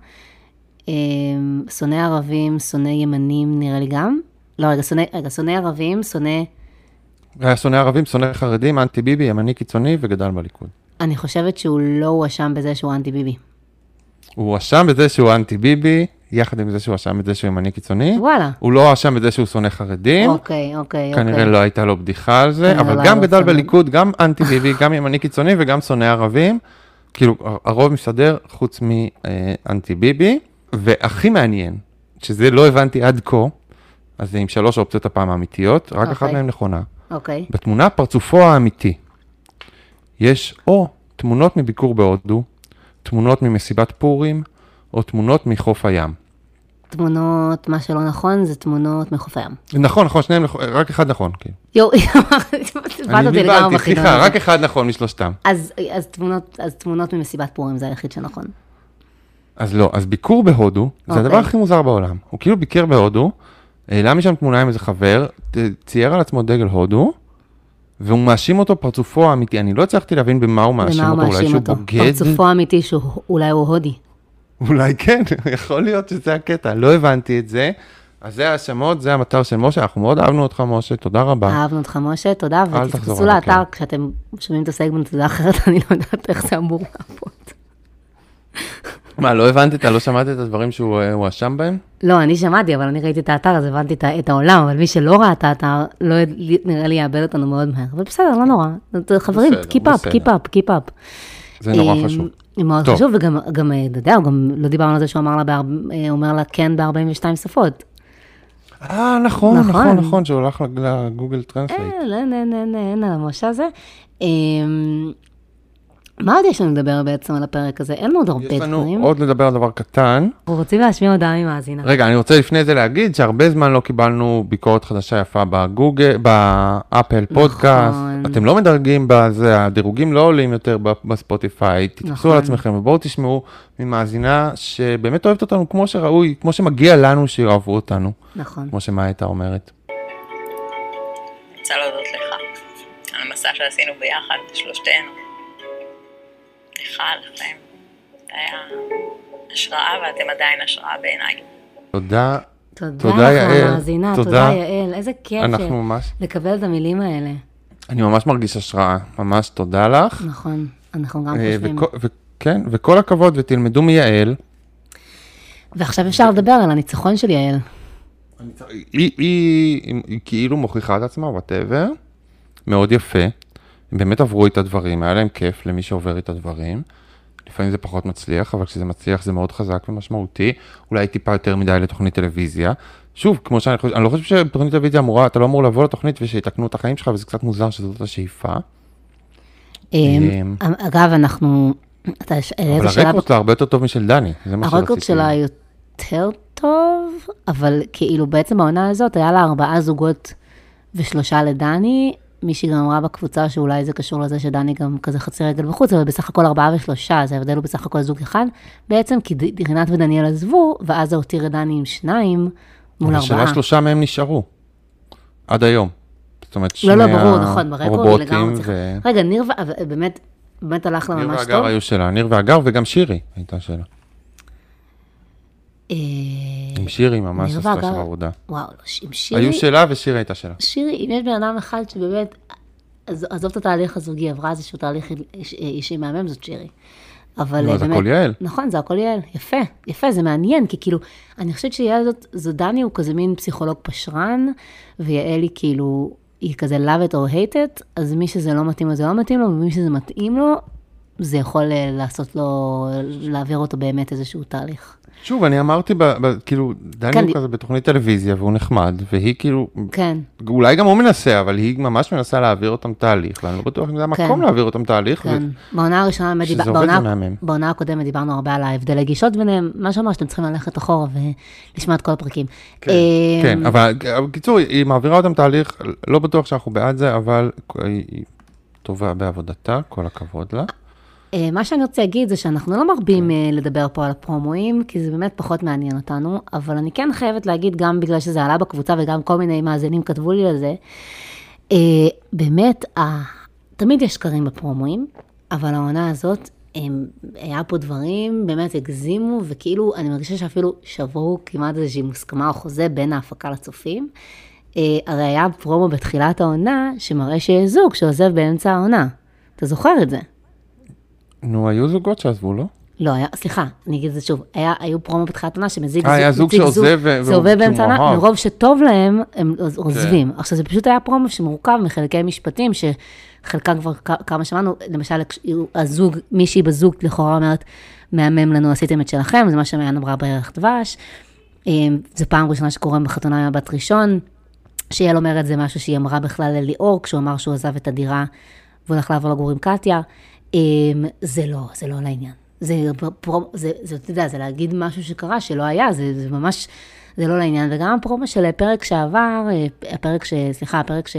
שונא ערבים, שונא ימנים, נראה לי גם. לא, רגע, שונא, רגע, שונא ערבים, שונא... היה שונא ערבים, שונא חרדים, אנטי ביבי, ימני קיצוני וגדל בליכוד. אני חושבת שהוא לא הואשם בזה שהוא אנטי ביבי. הוא הואשם בזה שהוא אנטי ביבי, יחד עם זה שהוא הואשם בזה שהוא ימני קיצוני. וואלה. הוא לא הואשם בזה שהוא שונא חרדים. אוקיי, אוקיי, כנראה אוקיי. לא הייתה לו בדיחה על זה, אבל גם גדל בליכוד, גם אנטי ביבי, גם ימני קיצוני וגם שונא ערבים. כאילו, הרוב מסתדר חוץ מאנטי ביבי. והכי מעניין, שזה לא הבנתי עד כה, אז זה עם שלוש אופציות הפעם האמיתיות, רק אחת מהן נכונה. אוקיי. בתמונה פרצופו האמיתי, יש או תמונות מביקור בהודו, תמונות ממסיבת פורים, או תמונות מחוף הים. תמונות, מה שלא נכון, זה תמונות מחוף הים. נכון, נכון, שניהם, רק אחד נכון, כן. יו, באת אותי לגמרי בחידון. סליחה, רק אחד נכון משלושתם. אז, אז תמונות, אז תמונות ממסיבת פורים זה היחיד שנכון. אז לא, אז ביקור בהודו, זה הדבר הכי מוזר בעולם. הוא כאילו ביקר בהודו, העלה משם תמונה עם איזה חבר, צייר על עצמו דגל הודו, והוא מאשים אותו פרצופו האמיתי. אני לא הצלחתי להבין במה הוא מאשים אותו, אולי שהוא בוגד. פרצופו האמיתי שאולי הוא הודי. אולי כן, יכול להיות שזה הקטע, לא הבנתי את זה. אז זה האשמות, זה המטר של משה, אנחנו מאוד אהבנו אותך משה, תודה רבה. אהבנו אותך משה, תודה, ותתכנסו לאתר, כשאתם שומעים את הסגמנט הזה אחרת, אני לא יודעת איך זה אמור לעבוד. מה, לא הבנתי, אתה לא שמעת את הדברים שהוא הואשם בהם? לא, אני שמעתי, אבל אני ראיתי את האתר, אז הבנתי את העולם, אבל מי שלא ראה את האתר, לא נראה לי יאבד אותנו מאוד מהר, אבל בסדר, לא נורא. חברים, קיפ אפ, קיפ אפ, קיפ אפ. זה נורא חשוב. מאוד חשוב, וגם, אתה יודע, גם לא דיברנו על זה שהוא אומר לה כן ב-ארבעים ושתיים שפות. אה, נכון, נכון, נכון, שהוא הולך לגוגל טרנסלייט. אין, אין, אין, אין, אין, המשה הזה. מה עוד יש לנו לדבר בעצם על הפרק הזה? אין עוד הרבה יש לנו דברים. עוד לדבר על דבר קטן. אנחנו רוצים להשמיע הודעה ממאזינה. רגע, אני רוצה לפני זה להגיד שהרבה זמן לא קיבלנו ביקורת חדשה יפה בגוגל, באפל פודקאסט. אתם לא מדרגים בזה, הדירוגים לא עולים יותר בספוטיפיי. תתפסו על עצמכם ובואו תשמעו ממאזינה שבאמת אוהבת אותנו כמו שראוי, כמו שמגיע לנו שיאהבו אותנו. נכון. כמו שמה הייתה אומרת. אני רוצה להודות לך על המסע שעשינו ביחד, שלושתנו. לך, לכם. זה היה השראה, ואתם עדיין השראה בעיניי. תודה. תודה לך, המאזינה, תודה יעל. איזה כיף לקבל את המילים האלה. אני ממש מרגיש השראה, ממש תודה לך. נכון, אנחנו גם חושבים. כן, וכל הכבוד, ותלמדו מיעל. ועכשיו אפשר לדבר על הניצחון של יעל. היא כאילו מוכיחה את עצמה, whatever, מאוד יפה. הם באמת עברו את הדברים, היה להם כיף למי שעובר את הדברים. לפעמים זה פחות מצליח, אבל כשזה מצליח זה מאוד חזק ומשמעותי. אולי טיפה יותר מדי לתוכנית טלוויזיה. שוב, כמו שאני חושב, אני לא חושב שבתוכנית טלוויזיה אמורה, אתה לא אמור לבוא לתוכנית ושיתקנו את החיים שלך, וזה קצת מוזר שזאת השאיפה. אגב, אנחנו... אבל הרקורד שלה הרבה יותר טוב משל דני, זה מה שרציתי. הרקורד שלה יותר טוב, אבל כאילו בעצם העונה הזאת היה לה ארבעה זוגות ושלושה לדני, מישהי גם אמרה בקבוצה שאולי זה קשור לזה שדני גם כזה חצי רגל בחוץ, אבל בסך הכל ארבעה ושלושה, זה הבדל הוא בסך הכל זוג אחד, בעצם כי רינת ודניאל עזבו, ואז זה הותיר את דני עם שניים מול ארבעה. אבל שלושה מהם נשארו, עד היום. זאת אומרת, שני הרובוטים. לא, לא, ברור, נכון, ברקורד לגמרי צריך. רגע, ניר, באמת, באמת הלך לה ממש טוב. ניר והגר היו שלה, ניר והגר וגם שירי הייתה שלה. עם שירי ממש עשתה של עבודה. וואו, עם שירי... היו שלה ושירי הייתה שלה. שירי, אם יש בן אדם אחד שבאמת, עזוב את התהליך הזוגי, עברה איזשהו תהליך אישי מהמם, זאת שירי. אבל באמת... זה הכל יעל. נכון, זה הכל יעל. יפה, יפה, זה מעניין, כי כאילו, אני חושבת שיעל זאת, זו דני הוא כזה מין פסיכולוג פשרן, ויעל היא כאילו, היא כזה love it or hate it, אז מי שזה לא מתאים לו, זה לא מתאים לו, ומי שזה מתאים לו, זה יכול לעשות לו, להעביר אותו באמת איזשהו תהליך. שוב, אני אמרתי, כאילו, דני הוא כזה בתוכנית טלוויזיה, והוא נחמד, והיא כאילו, אולי גם הוא מנסה, אבל היא ממש מנסה להעביר אותם תהליך, ואני לא בטוח אם זה המקום להעביר אותם תהליך, בעונה הראשונה, בעונה הקודמת דיברנו הרבה על ההבדלי גישות ביניהם, מה שאומר שאתם צריכים ללכת אחורה ולשמוע את כל הפרקים. כן, אבל בקיצור, היא מעבירה אותם תהליך, לא בטוח שאנחנו בעד זה, אבל היא טובה בעבודתה, כל הכבוד לה. מה שאני רוצה להגיד זה שאנחנו לא מרבים לדבר פה על הפרומואים, כי זה באמת פחות מעניין אותנו, אבל אני כן חייבת להגיד, גם בגלל שזה עלה בקבוצה, וגם כל מיני מאזינים כתבו לי לזה, באמת, תמיד יש שקרים בפרומואים, אבל העונה הזאת, היה פה דברים, באמת הגזימו, וכאילו, אני מרגישה שאפילו שברו כמעט איזושהי מוסכמה או חוזה בין ההפקה לצופים. הרי היה פרומו בתחילת העונה, שמראה שיש זוג שעוזב באמצע העונה. אתה זוכר את זה? נו, היו זוגות שעזבו, לא? לא, היה, סליחה, אני אגיד את זה שוב, היה, היו פרומו בתחילת עונה שמזיג זוג, היה זוג שעוזב, זה עובד באמצע עונה, מרוב שטוב להם, הם עוזבים. עכשיו, זה פשוט היה פרומו שמורכב מחלקי משפטים, שחלקם כבר כמה שמענו, למשל, הזוג, מישהי בזוג לכאורה אומרת, מהמם לנו, עשיתם את שלכם, זה מה שמעיין אמרה בערך דבש, זה פעם ראשונה שקורה בחתונה עם הבת ראשון, שיעל אומרת, זה משהו שהיא אמרה בכלל לליאור, כשהוא אמר שהוא עזב את הדירה, והוא הולך לעבור לגור עם קטיה, זה לא, זה לא לעניין. זה, זה, זה, אתה יודע, זה להגיד משהו שקרה, שלא היה, זה, זה ממש, זה לא לעניין. וגם הפרומו של הפרק שעבר, הפרק ש, סליחה, הפרק ש,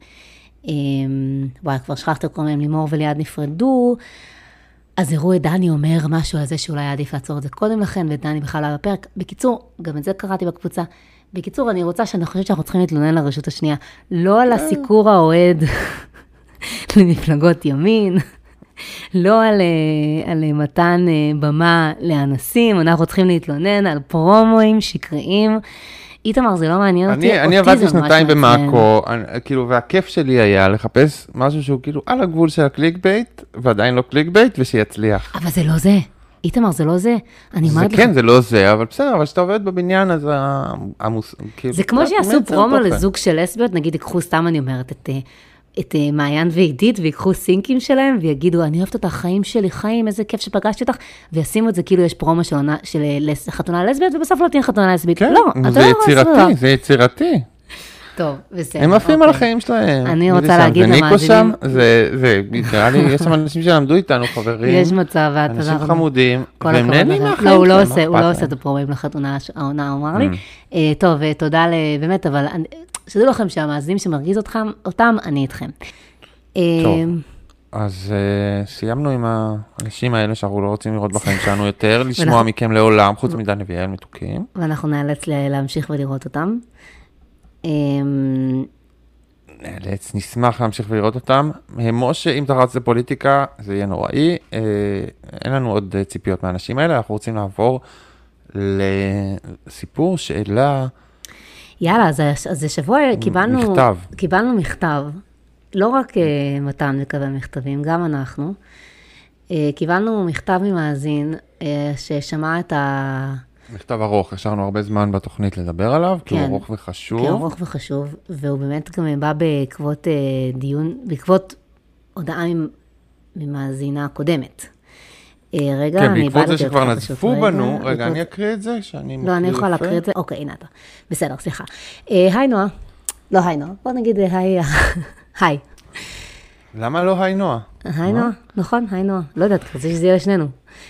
וואי, כבר שכחת כל מיני, לימור וליעד נפרדו, אז הראו את דני אומר משהו על זה שאולי עדיף לעצור את זה קודם לכן, ודני בכלל לא בפרק. בקיצור, גם את זה קראתי בקבוצה. בקיצור, אני רוצה שאני חושבת שאנחנו צריכים להתלונן לרשות השנייה, לא על הסיקור האוהד למפלגות ימין, לא על, על מתן במה לאנסים, אנחנו צריכים להתלונן על פרומואים שקריים. איתמר, זה לא מעניין אותי, אותי אני עבדתי שנתיים במאקו, כאילו, והכיף שלי היה לחפש משהו שהוא כאילו על הגבול של הקליק בייט, ועדיין לא קליק בייט, ושיצליח. אבל זה לא זה. איתמר, זה לא זה. זה כן, זה לא זה, אבל בסדר, אבל שאתה עובד בבניין, אז המוס... זה כמו שיעשו פרומו לזוג של לסביות, נגיד, יקחו סתם, אני אומרת, את... את מעיין ועידית, ויקחו סינקים שלהם, ויגידו, אני אוהבת אותך, חיים שלי, חיים, איזה כיף שפגשתי אותך, וישימו את זה כאילו יש פרומו של, של חתונה לסבית, ובסוף לא תהיה חתונה לסבית. כן, לא, זה יצירתי, זה יצירתי. טוב, בסדר. הם עפים על החיים שלהם. אני רוצה להגיד למאזינים. וניקו שם, זה, נראה לי, יש שם אנשים שלמדו איתנו, חברים. יש מצב, ואתה... אנשים חמודים, והם נהנים מהחיים. לא, הוא לא עושה, הוא לא עושה את הפרומים לחתונה, העונה, הוא אמר לי. טוב, תודה באמת, אבל שתדעו לכם שהמאזינים שמרגיז אותם, אני איתכם. טוב. אז uh, סיימנו עם האנשים האלה שאנחנו לא רוצים לראות בחיים שלנו יותר, לשמוע מכם לעולם, חוץ מדן אביאל מתוקים. ואנחנו נאלץ להמשיך ולראות אותם. נאלץ, נשמח להמשיך ולראות אותם. משה, אם אתה רץ לפוליטיקה, זה יהיה נוראי. אין לנו עוד ציפיות מהאנשים האלה, אנחנו רוצים לעבור לסיפור שאלה... יאללה, אז זה שבוע קיבלנו... מכתב. קיבלנו מכתב. לא רק מתן לקבל מכתבים, גם אנחנו. קיבלנו מכתב ממאזין ששמע את ה... מכתב ארוך, השארנו הרבה זמן בתוכנית לדבר עליו, כי הוא ארוך וחשוב. כי הוא ארוך וחשוב, והוא באמת גם בא בעקבות דיון, בעקבות הודעה ממאזינה הקודמת. רגע, כן, בעקבות זה שכבר נזפו בנו, רגע, אני אקריא את זה, שאני לא, אני יכולה להקריא את זה, אוקיי, הנה אתה. בסדר, סליחה. היי נועה, לא היי נועה, בוא נגיד היי, היי. למה לא היי נועה? היי נועה, נכון, היי נועה, לא יודעת, חצי שזה יהיה לשנינו.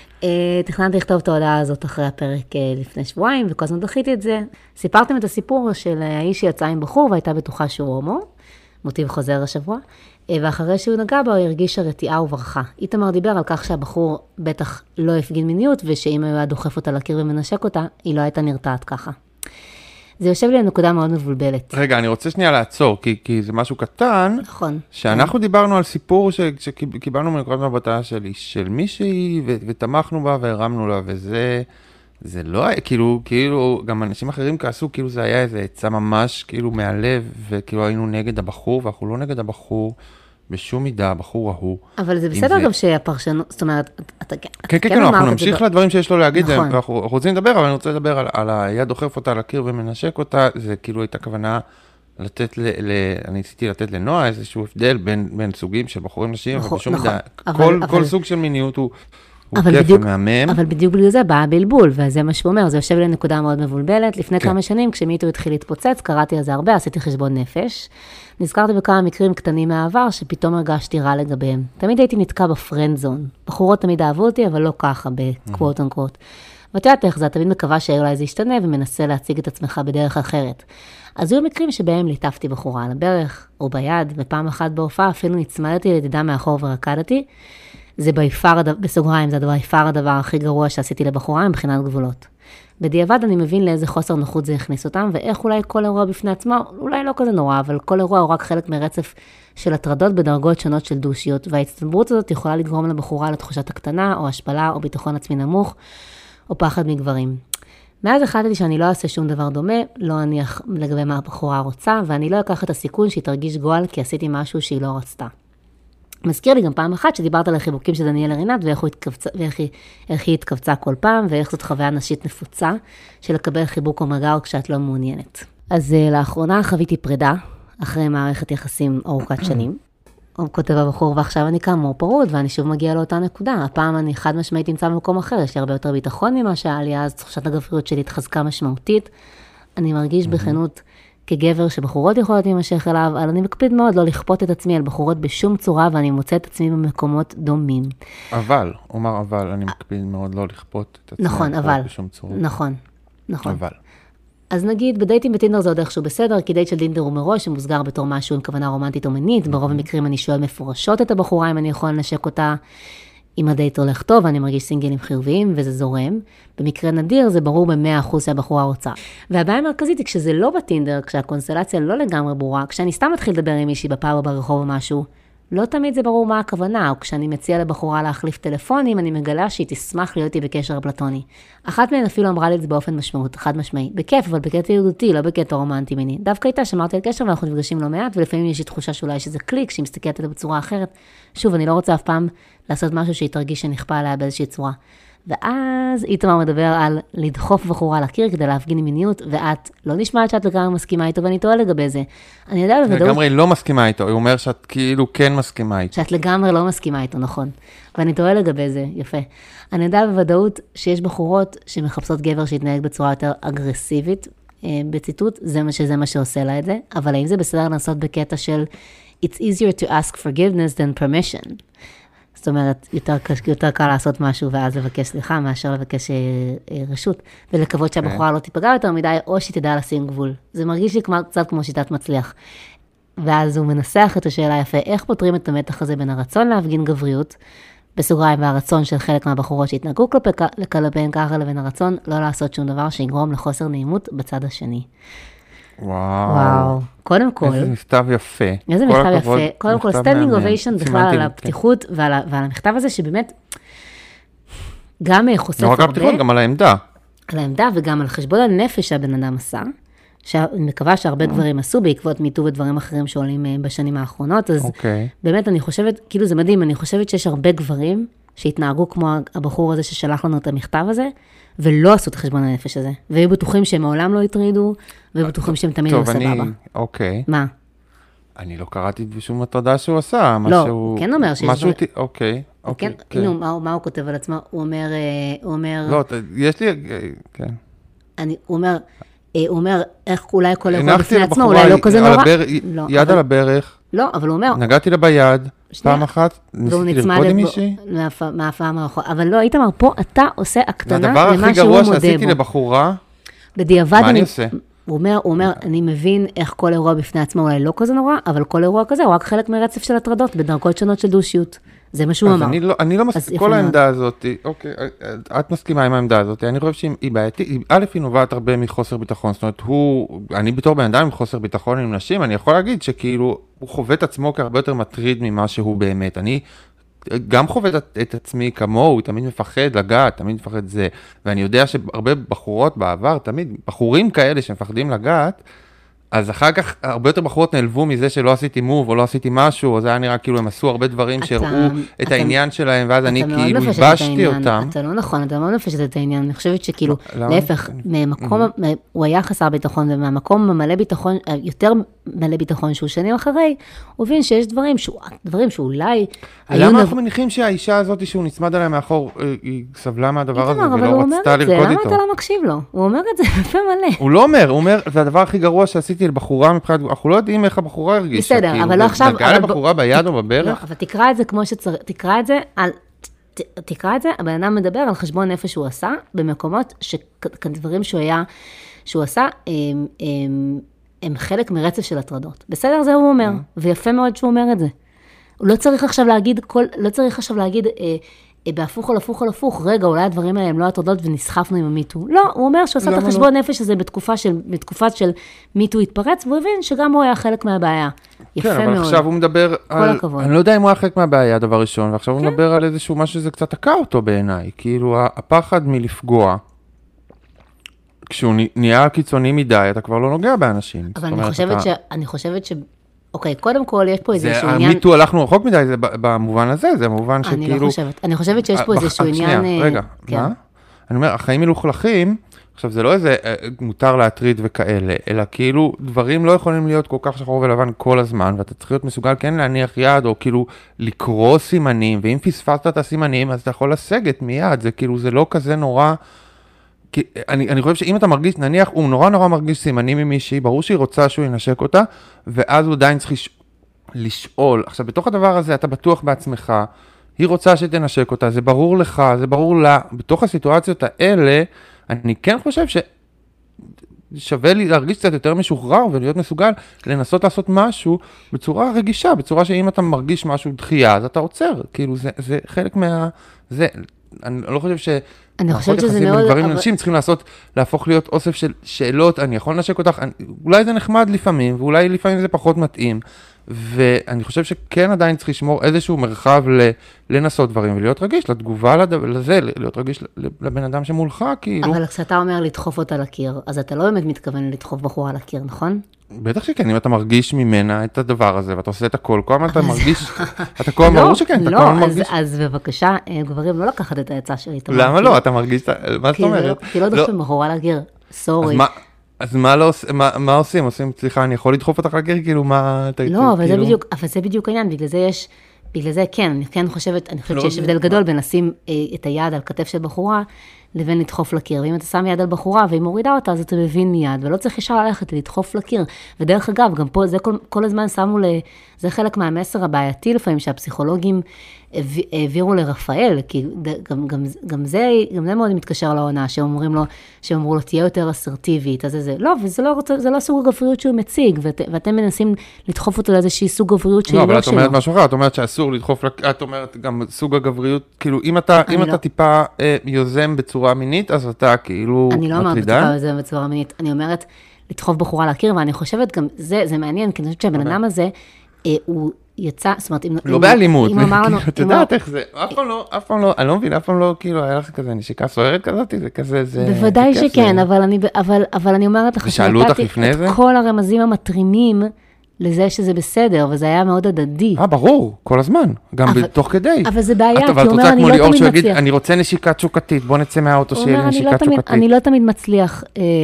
תכננתי לכתוב את ההודעה הזאת אחרי הפרק לפני שבועיים, וכל הזמן דחיתי את זה. סיפרתם את הסיפור של האיש שיצא עם בחור, והייתה בטוחה שהוא הומו, מוטיב חוזר השבוע, ואחרי שהוא נגע בה, הוא הרגיש הרתיעה וברחה. איתמר דיבר על כך שהבחור בטח לא הפגין מיניות, ושאם הוא היה דוחף אותה לקיר ומנשק אותה, היא לא הייתה נרתעת ככה. זה יושב לי לנקודה מאוד מבולבלת. רגע, אני רוצה שנייה לעצור, כי, כי זה משהו קטן. נכון. שאנחנו דיברנו על סיפור ש, שקיבלנו מנקודת מבטה שלי, של מישהי, ו, ותמכנו בה והרמנו לה, וזה, זה לא היה, כאילו, כאילו, גם אנשים אחרים כעסו, כאילו זה היה איזה עצה ממש, כאילו, מהלב, וכאילו היינו נגד הבחור, ואנחנו לא נגד הבחור, בשום מידה, הבחור ההוא. אבל זה בסדר גם שהפרשנות, זאת אומרת, אתה כן, כן, כן, אנחנו נמשיך לדברים שיש לו להגיד, ואנחנו רוצים לדבר, אבל אני רוצה לדבר על היד דוחף אותה לקיר ומנשק אותה, זה כאילו הייתה כוונה לתת, אני ניסיתי לתת לנועה איזשהו הבדל בין סוגים של בחורים נשים, אבל בשום מידה, כל סוג של מיניות הוא כיף ומהמם. אבל בדיוק בגלל זה בא הבלבול, וזה מה שהוא אומר, זה יושב לנקודה מאוד מבולבלת. לפני כמה שנים, כשמיטו התחיל להתפוצץ, קראתי על זה הרבה, עשיתי חשבון נפש. נזכרתי בכמה מקרים קטנים מהעבר, שפתאום הרגשתי רע לגביהם. תמיד הייתי נתקע בפרנד זון. בחורות תמיד אהבו אותי, אבל לא ככה, בקוואט אנקוואט. ואת יודעת איך זה, תמיד מקווה שאולי זה ישתנה, ומנסה להציג את עצמך בדרך אחרת. אז היו מקרים שבהם ליטפתי בחורה על הברך, או ביד, ופעם אחת בהופעה אפילו נצמדתי לידידה מאחור ורקדתי. זה ביפר, בסוגריים, זה ביפר הדבר הכי גרוע שעשיתי לבחורה מבחינת גבולות. בדיעבד אני מבין לאיזה חוסר נוחות זה הכניס אותם, ואיך אולי כל אירוע בפני עצמו, אולי לא כזה נורא, אבל כל אירוע הוא רק חלק מרצף של הטרדות בדרגות שונות של דושיות, וההצטברות הזאת יכולה לגרום לבחורה לתחושת הקטנה, או השפלה, או ביטחון עצמי נמוך, או פחד מגברים. מאז החלטתי שאני לא אעשה שום דבר דומה, לא אניח לגבי מה הבחורה רוצה, ואני לא אקח את הסיכון שהיא תרגיש גועל, כי עשיתי משהו שהיא לא רצתה. מזכיר לי גם פעם אחת שדיברת על החיבוקים של דניאל רינת, ואיך ואיך היא, היא התכווצה כל פעם, ואיך זאת חוויה נשית נפוצה, של לקבל חיבוק או מגע כשאת לא מעוניינת. אז לאחרונה חוויתי פרידה, אחרי מערכת יחסים ארוכת שנים. הוא כותב הבחור, ועכשיו אני כאמור פרוד, ואני שוב מגיעה לאותה נקודה. הפעם אני חד משמעית נמצא במקום אחר, יש לי הרבה יותר ביטחון ממה שהיה לי, אז תחושת הגבריות שלי התחזקה משמעותית. אני מרגיש בכנות כגבר שבחורות יכולות להימשך אליו, אבל אני מקפיד מאוד לא לכפות את עצמי על בחורות בשום צורה, ואני מוצא את עצמי במקומות דומים. אבל, אומר אבל, אני מקפיד מאוד לא לכפות את עצמי נכון, על בחורות בשום צורה. נכון, נכון. אבל. אז נגיד, בדייטים בטינדר זה עוד איכשהו בסדר, כי דייט של טינדר הוא מראש, שמוסגר בתור משהו עם כוונה רומנטית או מינית, ברוב המקרים אני שואל מפורשות את הבחורה, אם אני יכול לנשק אותה, אם הדייט הולך טוב, אני מרגיש סינגלים חיוביים, וזה זורם. במקרה נדיר, זה ברור ב-מאה אחוז שהבחורה רוצה. והבעיה המרכזית היא כשזה לא בטינדר, כשהקונסטלציה לא לגמרי ברורה, כשאני סתם מתחיל לדבר עם מישהי בפאב או ברחוב או משהו, לא תמיד זה ברור מה הכוונה, או כשאני מציע לבחורה להחליף טלפונים, אני מגלה שהיא תשמח להיות איתי בקשר פלטוני. אחת מהן אפילו אמרה לי את זה באופן משמעות, חד משמעי. בכיף, אבל בקטע ילדותי, לא בקטע רומנטי מיני. דווקא איתה שמרתי על קשר ואנחנו נפגשים לא מעט, ולפעמים יש לי תחושה שאולי שזה קליק, שהיא מסתכלת עליה בצורה אחרת. שוב, אני לא רוצה אף פעם לעשות משהו שהיא תרגיש שנכפה עליה באיזושהי צורה. ואז איתמר מדבר על לדחוף בחורה לקיר כדי להפגין מיניות, ואת לא נשמעת שאת לגמרי מסכימה איתו, ואני טועה לגבי זה. אני יודע בוודאות... לגמרי לא מסכימה איתו, הוא אומר שאת כאילו כן מסכימה איתו. שאת לגמרי לא מסכימה איתו, נכון. ואני טועה לגבי זה, יפה. אני יודע בוודאות שיש בחורות שמחפשות גבר שהתנהג בצורה יותר אגרסיבית, בציטוט, זה מה שזה מה שעושה לה את זה, אבל האם זה בסדר לנסות בקטע של It's easier to ask forgiveness than permission. זאת אומרת, יותר, יותר קל לעשות משהו ואז לבקש סליחה, מאשר לבקש רשות, ולקוות שהבחורה לא תיפגע יותר מדי, או שהיא תדע לשים גבול. זה מרגיש לי קצת כמו שיטת מצליח. ואז הוא מנסח את השאלה יפה, איך פותרים את המתח הזה בין הרצון להפגין גבריות, בסוגריים והרצון של חלק מהבחורות שהתנהגו כלפיהן ככה, לבין הרצון לא לעשות שום דבר שיגרום לחוסר נעימות בצד השני. וואו. וואו. קודם כל. איזה מכתב יפה. איזה מכתב יפה. קודם כל, סטנדינג אוביישן בכלל על הפתיחות ועל המכתב הזה שבאמת גם חושף הרבה. לא רק הפתיחות, גם על העמדה. על העמדה וגם על חשבון הנפש שהבן אדם עשה. שאני מקווה שהרבה גברים עשו בעקבות מיטו ודברים אחרים שעולים בשנים האחרונות. אז באמת אני חושבת, כאילו זה מדהים, אני חושבת שיש הרבה גברים שהתנהגו כמו הבחור הזה ששלח לנו את המכתב הזה, ולא עשו את חשבון הנפש הזה. והיו בטוחים שהם מעולם לא יטרידו, והיו בטוחים שהם תמיד לא סבבה. טוב, אני, אוקיי. מה? אני לא קראתי בשום הטרדה שהוא עשה. לא, הוא כן אומר שיש... משהו, אוקיי, אוקיי. הנה, מה הוא כותב על עצמו? הוא אומר, הוא אומר... לא, יש לי, כן. הוא אומר... הוא אומר, איך אולי כל אירוע בפני עצמו, אולי לא כזה נורא. יד על הברך. לא, אבל הוא אומר... נגעתי לה ביד, פעם אחת, ניסיתי לרקוד עם מישהי. מהפעם האחרונה. אבל לא, היית אמר, פה אתה עושה הקטנה למה שהוא מודה בו. זה הדבר הכי גרוע שעשיתי לבחורה. בדיעבד, מה אני עושה? הוא אומר, אני מבין איך כל אירוע בפני עצמו אולי לא כזה נורא, אבל כל אירוע כזה הוא רק חלק מרצף של הטרדות, בדרכות שונות של דו-שיות. זה מה שהוא אמר. אני לא, אני לא מסכים, כל העמדה הזאת, אוקיי, את מסכימה עם העמדה הזאת, אני חושב שהיא בעייתית, א', היא נובעת הרבה מחוסר ביטחון, זאת אומרת, הוא, אני בתור בן אדם עם חוסר ביטחון עם נשים, אני יכול להגיד שכאילו, הוא חווה את עצמו כהרבה יותר מטריד ממה שהוא באמת, אני גם חווה את עצמי כמוהו, הוא תמיד מפחד לגעת, תמיד מפחד זה, ואני יודע שהרבה בחורות בעבר, תמיד, בחורים כאלה שמפחדים לגעת, אז אחר כך הרבה יותר בחורות נעלבו מזה שלא עשיתי מוב או לא עשיתי משהו, או זה היה נראה כאילו הם עשו הרבה דברים שהראו את העניין שלהם, ואז אני כאילו הבשתי אותם. אתה לא נכון, אתה מאוד מפשט את העניין, אני חושבת שכאילו, להפך, הוא היה חסר ביטחון, ומהמקום מלא ביטחון, יותר מלא ביטחון שהוא שנים אחרי, הוא הבין שיש דברים שאולי... למה אנחנו מניחים שהאישה הזאת שהוא נצמד עליה מאחור, היא סבלה מהדבר הזה ולא רצתה לרקוד איתו? למה אתה לא מקשיב לו? הוא אומר את זה בפה מלא. הוא לא אומר, הוא אומר, זה הדבר הכי גרוע שעשיתי לבחורה מבחינת, אנחנו לא יודעים איך הבחורה הרגישה. בסדר, אבל לא עכשיו... נגעה לבחורה ביד או בברך? לא, אבל תקרא את זה כמו שצריך, תקרא את זה על... תקרא את זה, הבן אדם מדבר על חשבון נפש שהוא עשה, במקומות שדברים שהוא היה, שהוא עשה, הם, הם, הם חלק מרצף של הטרדות. בסדר, זה הוא אומר, ויפה מאוד שהוא אומר את זה. הוא לא צריך עכשיו להגיד, כל, לא צריך עכשיו להגיד, אה, אה, בהפוך על הפוך על הפוך, רגע, אולי הדברים האלה הם לא הטרדות ונסחפנו עם המיטו. לא, הוא אומר שהוא עשה את החשבון לא? נפש הזה בתקופה של, בתקופה של מיטו התפרץ, והוא הבין שגם הוא היה חלק מהבעיה. יפה כן, אבל מאוד. עכשיו הוא מדבר על... הכבוד. אני לא יודע אם הוא היה חלק מהבעיה, דבר ראשון, ועכשיו כן. הוא מדבר על איזשהו משהו שזה קצת תקע אותו בעיניי. כאילו, הפחד מלפגוע, כשהוא נהיה קיצוני מדי, אתה כבר לא נוגע באנשים. אבל אני חושבת ש... אני חושבת ש... אוקיי, קודם כל יש פה איזשהו עניין... המיטו הלכנו רחוק מדי, זה במובן הזה, זה במובן שכאילו... אני לא חושבת. אני חושבת שיש פה איזשהו עניין... שנייה, רגע, מה? אני אומר, החיים מלוכלכים, עכשיו זה לא איזה מותר להטריד וכאלה, אלא כאילו דברים לא יכולים להיות כל כך שחור ולבן כל הזמן, ואתה צריך להיות מסוגל כן להניח יד, או כאילו לקרוא סימנים, ואם פספסת את הסימנים, אז אתה יכול לסגת מיד, זה כאילו, זה לא כזה נורא... כי אני, אני חושב שאם אתה מרגיש, נניח, הוא נורא נורא מרגיש סימנים ממישהי, ברור שהיא רוצה שהוא ינשק אותה, ואז הוא עדיין צריך לש... לשאול. עכשיו, בתוך הדבר הזה, אתה בטוח בעצמך, היא רוצה שתנשק אותה, זה ברור לך, זה ברור לה. בתוך הסיטואציות האלה, אני כן חושב ששווה לי להרגיש קצת יותר משוחרר, ולהיות מסוגל לנסות לעשות משהו בצורה רגישה, בצורה שאם אתה מרגיש משהו דחייה, אז אתה עוצר. כאילו, זה, זה חלק מה... זה, אני לא חושב ש... אני חושבת שזה מאוד... דברים אבל... אנשים צריכים לעשות, להפוך להיות אוסף של שאלות, אני יכול לנשק אותך, אני, אולי זה נחמד לפעמים, ואולי לפעמים זה פחות מתאים, ואני חושב שכן עדיין צריך לשמור איזשהו מרחב ל, לנסות דברים, ולהיות רגיש לתגובה לזה, להיות רגיש לבן אדם שמולך, כאילו. אבל כשאתה אומר לדחוף אותה לקיר, אז אתה לא באמת מתכוון לדחוף בחורה לקיר, נכון? בטח שכן, אם אתה מרגיש ממנה את הדבר הזה, ואתה עושה את הכל, כל הזמן אתה מרגיש, אתה כל הזמן ברור שכן, אתה כל הזמן מרגיש. אז בבקשה, גברים, לא לקחת את העצה שלי. למה לא? אתה מרגיש, מה זאת אומרת? כי לא דוחפים בחורה לקיר, סורי. אז מה לא עושים, מה עושים? עושים, סליחה, אני יכול לדחוף אותך לקיר, כאילו, מה... לא, אבל זה בדיוק, אבל זה בדיוק העניין, בגלל זה יש, בגלל זה כן, אני כן חושבת, אני חושבת שיש הבדל גדול בין לשים את היד על כתף של בחורה, לבין לדחוף לקיר. ואם אתה שם יד על בחורה והיא מורידה אותה, אז אתה מבין מיד, ולא צריך ישר ללכת לדחוף לקיר. ודרך אגב, גם פה, זה כל, כל הזמן שמו ל... זה חלק מהמסר הבעייתי לפעמים, שהפסיכולוגים העבירו לרפאל, כי גם, גם, גם, זה, גם זה מאוד מתקשר לעונה, שאומרים לו, שאומרו לו, תהיה יותר אסרטיבית, אז זה, לא, וזה לא, זה לא סוג הגבריות שהוא מציג, ואת, ואתם מנסים לדחוף אותו לאיזושהי סוג גבריות שהיא לא שלו. לא, אבל את אומרת משהו אחר, את אומרת שאסור לדחוף, את אומרת גם סוג הגבריות, כאילו, אם אתה, אם אתה טיפה אה, יוזם בצורה מינית, אז אתה כאילו אני לא אומרת בטיפה יוזם בצורה מינית, אני אומרת לדחוף בחורה להכיר, ואני חושבת גם, זה, זה מעניין, כי אני חושבת שהבן אדם הזה, אה, הוא יצא, זאת אומרת, לא באלימות, את יודעת איך זה, אף פעם לא, אף פעם לא, אני לא מבין, אף פעם לא, כאילו, היה לך כזה נשיקה סוערת כזאת, זה כזה, זה... בוודאי שכן, אבל אני, אבל, אבל אני אומרת לך, ושאלו אותך לפני זה? את כל הרמזים המטרימים לזה שזה בסדר, וזה היה מאוד הדדי. אה, ברור, כל הזמן, גם תוך כדי. אבל זה בעיה, כי הוא אומר, אני לא תמיד מצליח. אני רוצה נשיקה תשוקתית, בוא נצא מהאוטו שיהיה לי נשיקה תשוקתית. אני לא תמיד מצליח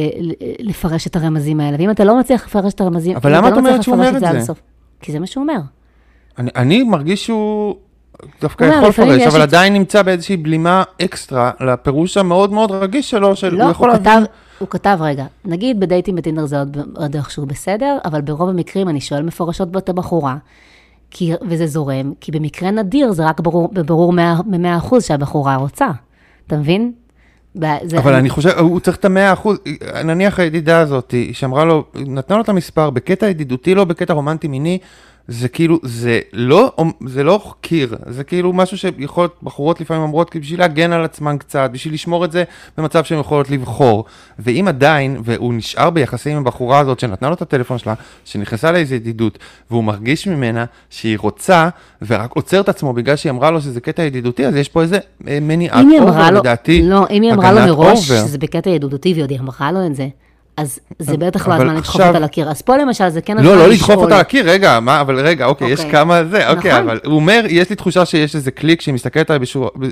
לפרש את הרמזים האלה, ואם אתה לא מצליח לפרש את הרמזים, אבל למה את אומרת שהוא אומר את זה? כי זה מה שהוא אומר. אני, אני מרגיש שהוא דווקא יכול לפרש, אבל עדיין נמצא באיזושהי בלימה אקסטרה לפירוש המאוד מאוד רגיש שלו, של הוא יכול להבין. הוא כתב, רגע, נגיד בדייטים בטינדר זה עוד איכשהו בסדר, אבל ברוב המקרים אני שואל מפורשות בת הבחורה, וזה זורם, כי במקרה נדיר זה רק ברור מ-מאה אחוז שהבחורה רוצה. אתה מבין? אבל אני חושב, הוא צריך את ה-מאה אחוז, נניח הידידה הזאת, שאמרה לו, נתנה לו את המספר, בקטע ידידותי, לא בקטע רומנטי מיני, זה כאילו, זה לא, זה לא קיר, זה כאילו משהו שיכול להיות, בחורות לפעמים אומרות, כי בשביל להגן על עצמן קצת, בשביל לשמור את זה במצב שהן יכולות לבחור. ואם עדיין, והוא נשאר ביחסים עם הבחורה הזאת, שנתנה לו את הטלפון שלה, שנכנסה לאיזו ידידות, והוא מרגיש ממנה שהיא רוצה, ורק עוצר את עצמו בגלל שהיא אמרה לו שזה קטע ידידותי, אז יש פה איזה מניעת אובר, לדעתי. לא, אם היא אמרה לו מראש שזה בקטע ידידותי, והיא עוד אמרה לו את זה. אז זה בטח לא הזמן לדחוף אותה לקיר. אז פה למשל זה כן... לא, לא לדחוף אותה לקיר, רגע, מה, אבל רגע, אוקיי, יש כמה זה, אוקיי, אבל הוא אומר, יש לי תחושה שיש איזה קליק שהיא מסתכלת עליי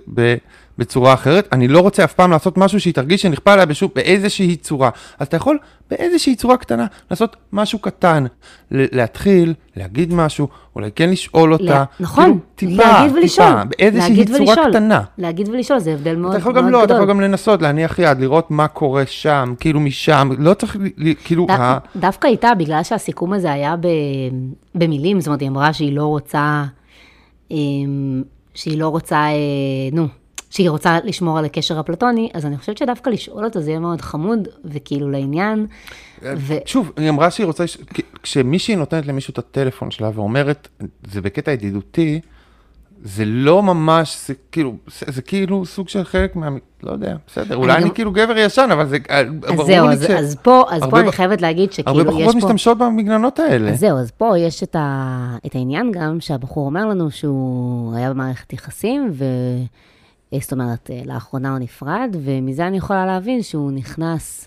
בצורה אחרת, אני לא רוצה אף פעם לעשות משהו שהיא תרגיש שנכפה עליה באיזושהי צורה. אז אתה יכול באיזושהי צורה קטנה לעשות משהו קטן, להתחיל, להגיד משהו, אולי כן לשאול אותה. נכון, להגיד ולשאול. באיזושהי צורה קטנה. להגיד ולשאול, זה הבדל מאוד גדול. אתה יכול גם לא, אתה יכול גם לנסות, להניח יד, לראות מה קורה שם, כאילו משם, לא צריך, כאילו... דווקא איתה, בגלל שהסיכום הזה היה במילים, זאת אומרת, היא אמרה שהיא לא רוצה, שהיא לא רוצה, נו, שהיא רוצה לשמור על הקשר הפלטוני, אז אני חושבת שדווקא לשאול אותו זה יהיה מאוד חמוד, וכאילו לעניין. שוב, היא אמרה שהיא רוצה, כשמישהי נותנת למישהו את הטלפון שלה ואומרת, זה בקטע ידידותי, זה לא ממש, זה כאילו, זה כאילו סוג של חלק מה, לא יודע, בסדר, אולי אני כאילו גבר ישן, אבל זה ברור לי ש... אז פה, אז פה אני חייבת להגיד שכאילו יש פה... הרבה בחורות משתמשות במגננות האלה. אז זהו, אז פה יש את העניין גם, שהבחור אומר לנו שהוא היה במערכת יחסים, ו... זאת אומרת, לאחרונה הוא נפרד, ומזה אני יכולה להבין שהוא נכנס,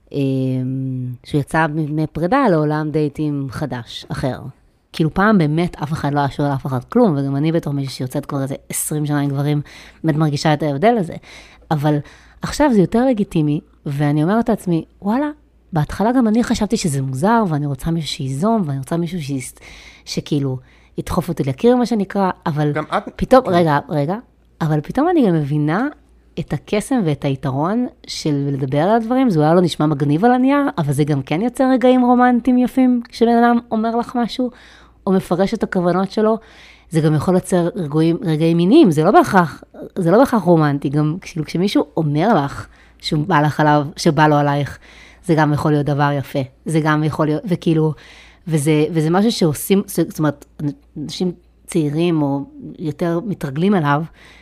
שהוא יצא מפרידה לעולם דייטים חדש, אחר. כאילו פעם באמת אף אחד לא היה שואל אף אחד כלום, וגם אני בתור מישהו שיוצאת כבר איזה עשרים שנה עם גברים, באמת מרגישה את ההבדל הזה. אבל עכשיו זה יותר לגיטימי, ואני אומרת לעצמי, וואלה, בהתחלה גם אני חשבתי שזה מוזר, ואני רוצה מישהו שיזום, ואני רוצה מישהו ש... שכאילו ידחוף אותי להכיר מה שנקרא, אבל פתאום, רגע, רגע, אבל פתאום אני גם מבינה את הקסם ואת היתרון של לדבר על הדברים, זה אולי לא נשמע מגניב על הנייר, אבל זה גם כן יוצר רגעים רומנטיים יפים, כשבן אדם אומר לך משהו, או מפרש את הכוונות שלו, זה גם יכול לייצר רגעים, רגעים מיניים, זה לא בהכרח, זה לא בהכרח רומנטי, גם כאילו כשמישהו אומר לך, שהוא בא לך עליו, שבא לו עלייך, זה גם יכול להיות דבר יפה, זה גם יכול להיות, וכאילו, וזה, וזה משהו שעושים, זאת אומרת, אנשים צעירים, או יותר מתרגלים אליו,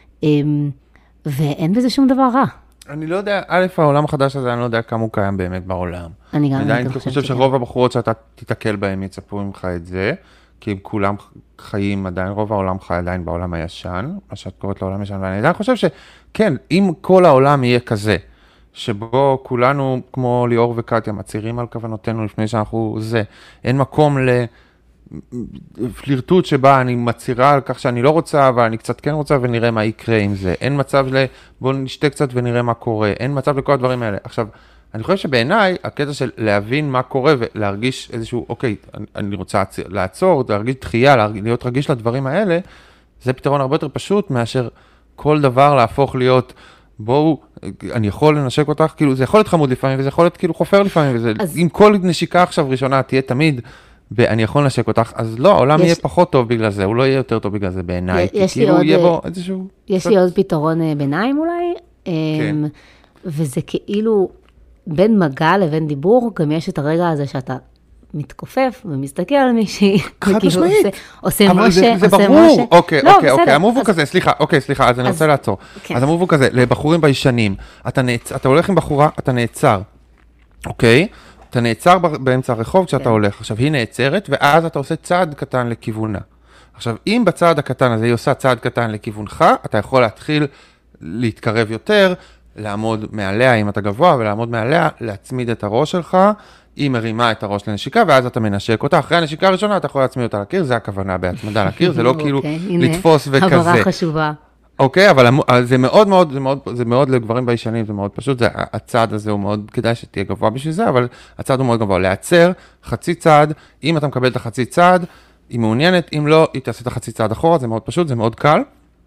ואין בזה שום דבר רע. אני לא יודע, א', העולם החדש הזה, אני לא יודע כמה הוא קיים באמת בעולם. אני גם עדיין חושב שרוב הבחורות שאתה תתקל בהם יצפו ממך את זה, כי הם כולם חיים עדיין, רוב העולם חי עדיין בעולם הישן, מה שאת קוראת לעולם הישן, ואני עדיין חושב שכן, אם כל העולם יהיה כזה, שבו כולנו, כמו ליאור וקטיה, מצהירים על כוונותינו לפני שאנחנו זה, אין מקום ל... פלירטוט שבה אני מצהירה על כך שאני לא רוצה, אבל אני קצת כן רוצה ונראה מה יקרה עם זה. אין מצב ל... בואו נשתה קצת ונראה מה קורה. אין מצב לכל הדברים האלה. עכשיו, אני חושב שבעיניי, הקטע של להבין מה קורה ולהרגיש איזשהו, אוקיי, אני רוצה לעצור, להרגיש דחייה, להיות רגיש לדברים האלה, זה פתרון הרבה יותר פשוט מאשר כל דבר להפוך להיות בואו, אני יכול לנשק אותך, כאילו, זה יכול להיות חמוד לפעמים, וזה יכול להיות כאילו חופר לפעמים, וזה, אז... אם כל נשיקה עכשיו ראשונה תהיה תמיד, ואני יכול לנשק אותך, אז לא, העולם יש... יהיה פחות טוב בגלל זה, הוא לא יהיה יותר טוב בגלל זה בעיניי, כי כאילו יהיה בו איזשהו... יש לי עוד פתרון ביניים אולי, כן. וזה כאילו, בין מגע לבין דיבור, גם יש את הרגע הזה שאתה מתכופף ומסתכל על מישהי, חד משמעית. עושה משה, זה ברור, אוקיי, אוקיי, אוקיי, המוב הוא כזה, סליחה, אוקיי, סליחה, אז אני רוצה לעצור. אז המוב הוא כזה, לבחורים בישנים, אתה הולך עם בחורה, אתה נעצר, אוקיי? אתה נעצר באמצע הרחוב כשאתה הולך, עכשיו היא נעצרת, ואז אתה עושה צעד קטן לכיוונה. עכשיו, אם בצעד הקטן הזה היא עושה צעד קטן לכיוונך, אתה יכול להתחיל להתקרב יותר, לעמוד מעליה אם אתה גבוה, ולעמוד מעליה, להצמיד את הראש שלך, היא מרימה את הראש לנשיקה, ואז אתה מנשק אותה. אחרי הנשיקה הראשונה אתה יכול להצמיד אותה לקיר, זה הכוונה בהצמדה לקיר, זה לא כאילו לתפוס וכזה. הבהרה חשובה. אוקיי, אבל זה מאוד מאוד, זה מאוד, זה מאוד לגברים בישנים, זה מאוד פשוט, זה, הצעד הזה הוא מאוד, כדאי שתהיה גבוה בשביל זה, אבל הצעד הוא מאוד גבוה. להיעצר, חצי צעד, אם אתה מקבל את החצי צעד, היא מעוניינת, אם לא, היא תעשה את החצי צעד אחורה, זה מאוד פשוט, זה מאוד קל.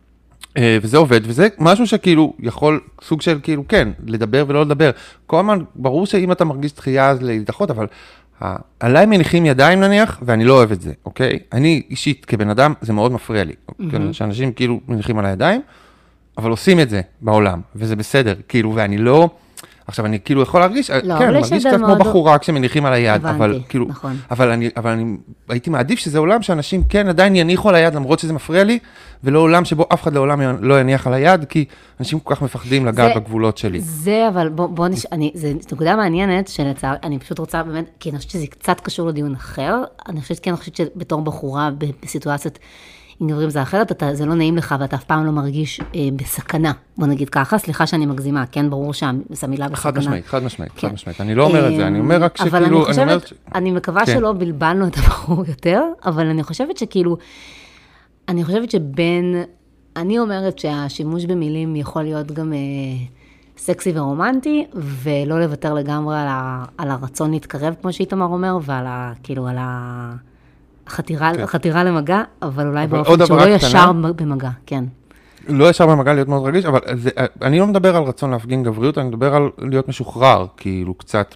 וזה עובד, וזה משהו שכאילו יכול, סוג של כאילו, כן, לדבר ולא לדבר. כל הזמן, ברור שאם אתה מרגיש דחייה, אז להידחות, אבל עליי מניחים ידיים נניח, ואני לא אוהב את זה, אוקיי? אני אישית, כבן אדם, זה מאוד מפריע לי. שאנשים כאילו מניחים על הידיים, אבל עושים את זה בעולם, וזה בסדר, כאילו, ואני לא... עכשיו, אני כאילו יכול להרגיש, כן, אני מרגיש קצת כמו בחורה כשמניחים על היד, אבל כאילו, אבל אני, אבל אני הייתי מעדיף שזה עולם שאנשים כן עדיין יניחו על היד, למרות שזה מפריע לי, ולא עולם שבו אף אחד לעולם לא יניח על היד, כי אנשים כל כך מפחדים לגעת בגבולות שלי. זה, אבל בוא נש... זה נקודה מעניינת שלצער, אני פשוט רוצה באמת, כי אני חושבת שזה קצת קשור לדיון אחר, אני חושבת, כן, אני חושבת שבתור בחורה בסיטואציות, אם גברים זה אחרת, אתה, זה לא נעים לך, ואתה אף פעם לא מרגיש אה, בסכנה. בוא נגיד ככה, סליחה שאני מגזימה, כן, ברור שהמילה בסכנה. חד משמעית, חד משמעית, כן. חד משמעית. אני לא אומר את זה, אני אומר רק שכאילו... אבל אני חושבת, אני, ש... אני מקווה כן. שלא בלבלנו את הבחור יותר, אבל אני חושבת שכאילו, אני חושבת שבין, אני אומרת שהשימוש במילים יכול להיות גם אה, סקסי ורומנטי, ולא לוותר לגמרי על, ה, על הרצון להתקרב, כמו שאיתמר אומר, ועל ה, כאילו, על ה... חתירה, כן. חתירה למגע, אבל אולי אבל באופן שהוא לא קטנה, ישר במגע, כן. לא ישר במגע להיות מאוד רגיש, אבל זה, אני לא מדבר על רצון להפגין גבריות, אני מדבר על להיות משוחרר, כאילו קצת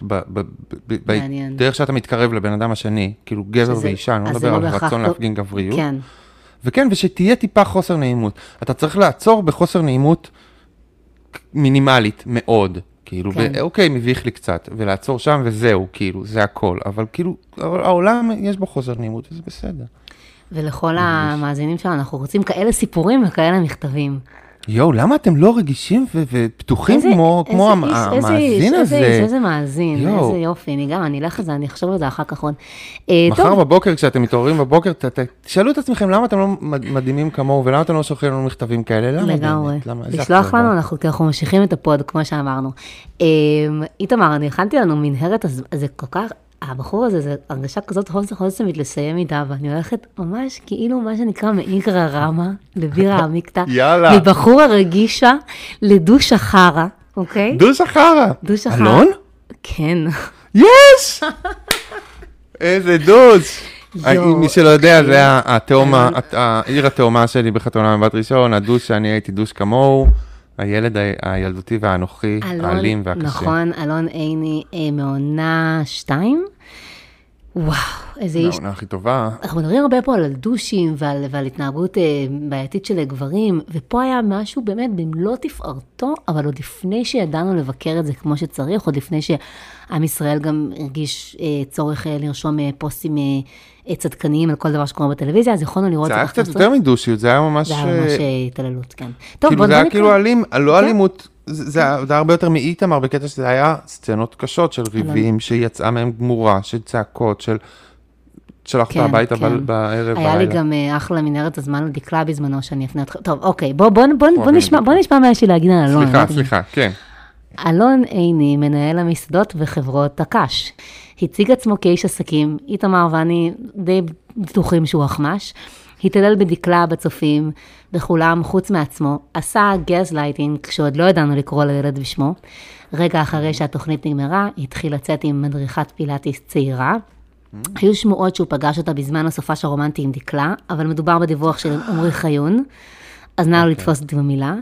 בדרך שאתה מתקרב לבן אדם השני, כאילו גבר שזה, ואישה, אני לא מדבר לא על רצון לא... להפגין גבריות. כן. וכן, ושתהיה טיפה חוסר נעימות. אתה צריך לעצור בחוסר נעימות מינימלית מאוד. כאילו, כן. אוקיי, מביך לי קצת, ולעצור שם וזהו, כאילו, זה הכל. אבל כאילו, העולם יש בו חוסר נעימות, וזה בסדר. ולכל המאזינים שלנו, אנחנו רוצים כאלה סיפורים וכאלה מכתבים. יואו, למה אתם לא רגישים ופתוחים כמו המאזין הזה? איזה מאזין, איזה יופי, אני גם, אני אלך על זה, אני אחשוב על זה אחר כך עוד. מחר בבוקר, כשאתם מתעוררים בבוקר, תשאלו את עצמכם, למה אתם לא מדהימים כמוהו, ולמה אתם לא שולחים לנו מכתבים כאלה? לגמרי. לשלוח לנו, אנחנו ממשיכים את הפוד, כמו שאמרנו. איתמר, אני הכנתי לנו מנהרת, אז זה כל כך... הבחור הזה, זה הרגשה כזאת חוסמית לסיים איתה, ואני הולכת ממש כאילו מה שנקרא מאיגרא רמא, לבירה עמיקתא, מבחור הרגישה לדוש החרא, אוקיי? דוש החרא? דוש החרא. אלון? כן. יש! איזה דוש! מי שלא יודע, זה העיר התאומה שלי בחתונה מבט ראשון, הדוש שאני הייתי דוש כמוהו, הילד הילדותי והאנוכי, האלים והקשה. נכון, אלון עיני מעונה שתיים. וואו, איזה איש. העונה הכי טובה. אנחנו מדברים הרבה פה על דושים ועל, ועל התנהגות בעייתית של גברים, ופה היה משהו באמת במלוא תפארתו, אבל עוד לפני שידענו לבקר את זה כמו שצריך, עוד לפני שעם ישראל גם הרגיש צורך לרשום פוסטים צדקניים על כל דבר שקורה בטלוויזיה, אז יכולנו לראות... זה היה קצת יותר מדושיות, זה היה ממש... זה היה ממש התעללות, כן. כאילו זה היה כאילו אלים, לא אלימות, זה היה הרבה יותר מאיתמר, בקטע שזה היה סצנות קשות של ריבים, שיצאה מהם גמורה, של צעקות, של... שלחת הביתה בערב. היה לי גם אחלה מנהרת הזמן לדקלה בזמנו, שאני אפנה אותך... טוב, אוקיי, בוא נשמע מה יש לי להגיד על אלון. סליחה, סליחה, כן. אלון עיני, מנהל המסעדות וחברות הקש. הציג עצמו כאיש עסקים, איתמר ואני די בטוחים שהוא החמש, התעלל בדקלה בצופים, בכולם חוץ מעצמו, עשה גז לייטינג כשעוד לא ידענו לקרוא לילד בשמו, רגע אחרי שהתוכנית נגמרה, התחיל לצאת עם מדריכת פילאטיס צעירה, היו שמועות שהוא פגש אותה בזמן הסופש הרומנטי עם דקלה, אבל מדובר בדיווח של עמרי חיון, אז נא לו לתפוס אותי במילה,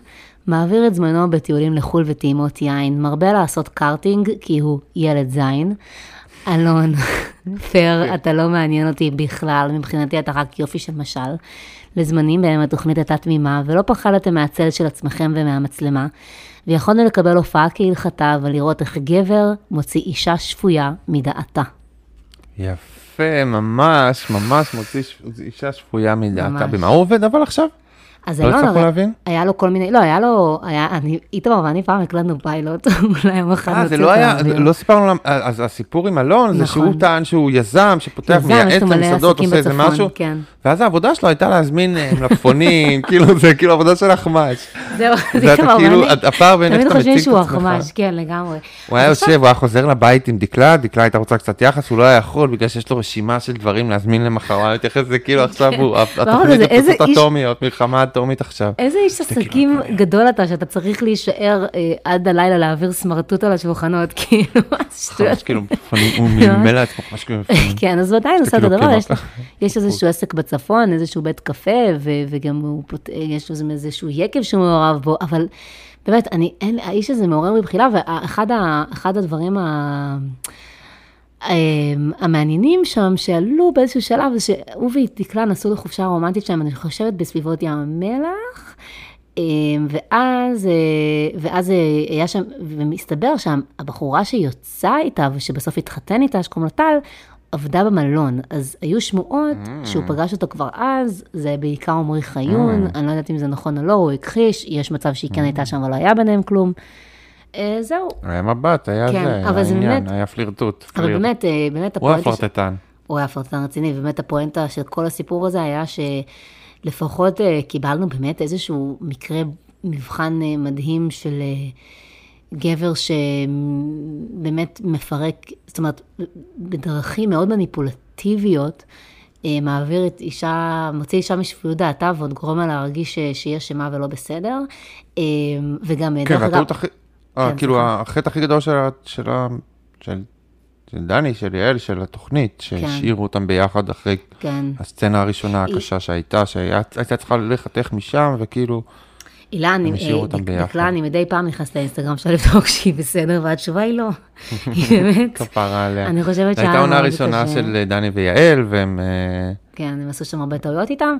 מעביר את זמנו בטיולים לחול וטעימות יין, מרבה לעשות קארטינג כי הוא ילד זין. אלון, פר, אתה לא מעניין אותי בכלל, מבחינתי אתה רק יופי של משל. לזמנים בהם התוכנית הייתה תמימה, ולא פחדתם מהצל של עצמכם ומהמצלמה, ויכולנו לקבל הופעה כהלכתה, ולראות איך גבר מוציא אישה שפויה מדעתה. יפה, ממש, ממש מוציא אישה שפויה מדעתה. במה הוא עובד אבל עכשיו? אז לא הצלחו להבין? היה לו כל מיני, לא, היה לו, היה, אני, איתמר ואני פעם הקלטנו פיילוט, אולי הם אחד אה, זה לא היה, לא סיפרנו, אז הסיפור עם אלון, זה שהוא טען שהוא יזם, שפותח מייעץ למסעדות, עושה איזה משהו, ואז העבודה שלו הייתה להזמין מלפפונים, כאילו זה כאילו עבודה של החמש. זהו, זה אתה כאילו, הפער בין איך אתה מציג את עצמך. תמיד חושבים שהוא החמש, כן, לגמרי. הוא היה יושב, הוא היה חוזר לבית עם דקלה, דקלה הייתה רוצה קצת יחס, הוא לא היה יכול, בגלל שיש לו רשימה של דברים להזמין למחרת, להתייחס לזה כאילו עכשיו הוא, התוכנית הפצצות אטומיות, מלחמה אטומית עכשיו. איזה איש עסקים גדול אתה, שאתה צריך להישאר עד הלילה להעביר סמרטוט על השולחנות, כאילו, שטויות. כאילו, הוא מלמל לעצמו, ממש כאילו. כן, אז הוא עדיין עושה את הדבר, יש איזשהו עסק בצפון, איזשהו בית קפה, וגם יש לו איזשהו יקב שהוא מעורב בו, אבל באמת, האיש הזה מעורר בבחילה, ואחד הדברים המעניינים שם, שעלו באיזשהו שלב, זה שהוא ודקלה נסעו לחופשה הרומנטית שלהם, אני חושבת בסביבות ים המלח, ואז, ואז היה שם, ומסתבר שם, הבחורה שיוצאה איתה, ושבסוף התחתן איתה, שקוראים לה טל, עבדה במלון, אז היו שמועות שהוא פגש אותו כבר אז, זה בעיקר עמרי חיון, אני לא יודעת אם זה נכון או לא, הוא הכחיש, יש מצב שהיא כן הייתה שם, אבל לא היה ביניהם כלום. זהו. היה מבט, היה זה, היה עניין, היה פלירטוט. אבל באמת, באמת הוא היה פלרטטן. הוא היה פלרטטן רציני, ובאמת הפואנטה של כל הסיפור הזה היה שלפחות קיבלנו באמת איזשהו מקרה מבחן מדהים של גבר שבאמת מפרק, זאת אומרת, בדרכים מאוד מניפולטיביות, מעביר את אישה, מוציא אישה משפיות דעתה, ועוד גורם לה להרגיש שהיא אשמה ולא בסדר, וגם כן, והטעות הכי, כאילו, החטא הכי גדול של דני, של יעל, של התוכנית, שהשאירו אותם ביחד אחרי הסצנה הראשונה הקשה שהייתה, שהייתה צריכה לחתך משם, וכאילו, אילן, דקלה, אני מדי פעם נכנסת לאינסטגרם שלה לבדוק שהיא בסדר, והתשובה היא לא. היא באמת. כפרה עליה. אני חושבת שהייתה עונה ראשונה של דני ויעל, והם... כן, הם עשו שם הרבה טעויות איתם.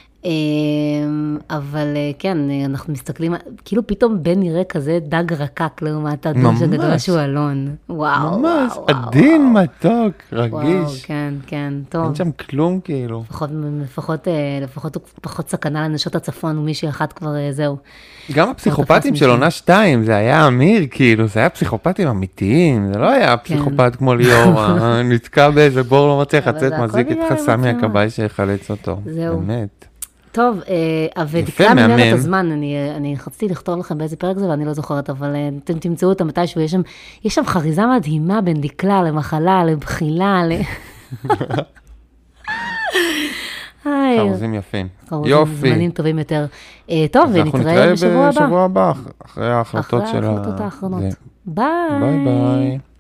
אבל כן, אנחנו מסתכלים, כאילו פתאום בן נראה כזה דג רקק לעומת הדוג שגדול שהוא אלון. וואו, ממש, עדין, מתוק, רגיש. וואו, כן, כן, טוב. אין שם כלום כאילו. לפחות, לפחות, פחות סכנה לנשות הצפון, ומישהי אחת כבר זהו. גם הפסיכופטים של עונה שתיים, זה היה אמיר, כאילו, זה היה פסיכופטים אמיתיים, זה לא היה פסיכופט כמו ליאור, נתקע באיזה בור, לא מצליח לצאת, מזיק את חסמי הכבאי שיחלץ אותו. זהו. באמת. טוב, ודקלה מנהלת הזמן, אני חצתי לכתוב לכם באיזה פרק זה, ואני לא זוכרת, אבל אתם תמצאו אותה מתישהו, יש שם חריזה מדהימה בין דקלה למחלה, לבחילה, ל... חרוזים יפים. יופי. זמנים טובים יותר. טוב, ונתראה בשבוע הבא. בשבוע הבא, אחרי ההחלטות של ה... אחרי ההחלטות האחרונות. ביי. ביי ביי.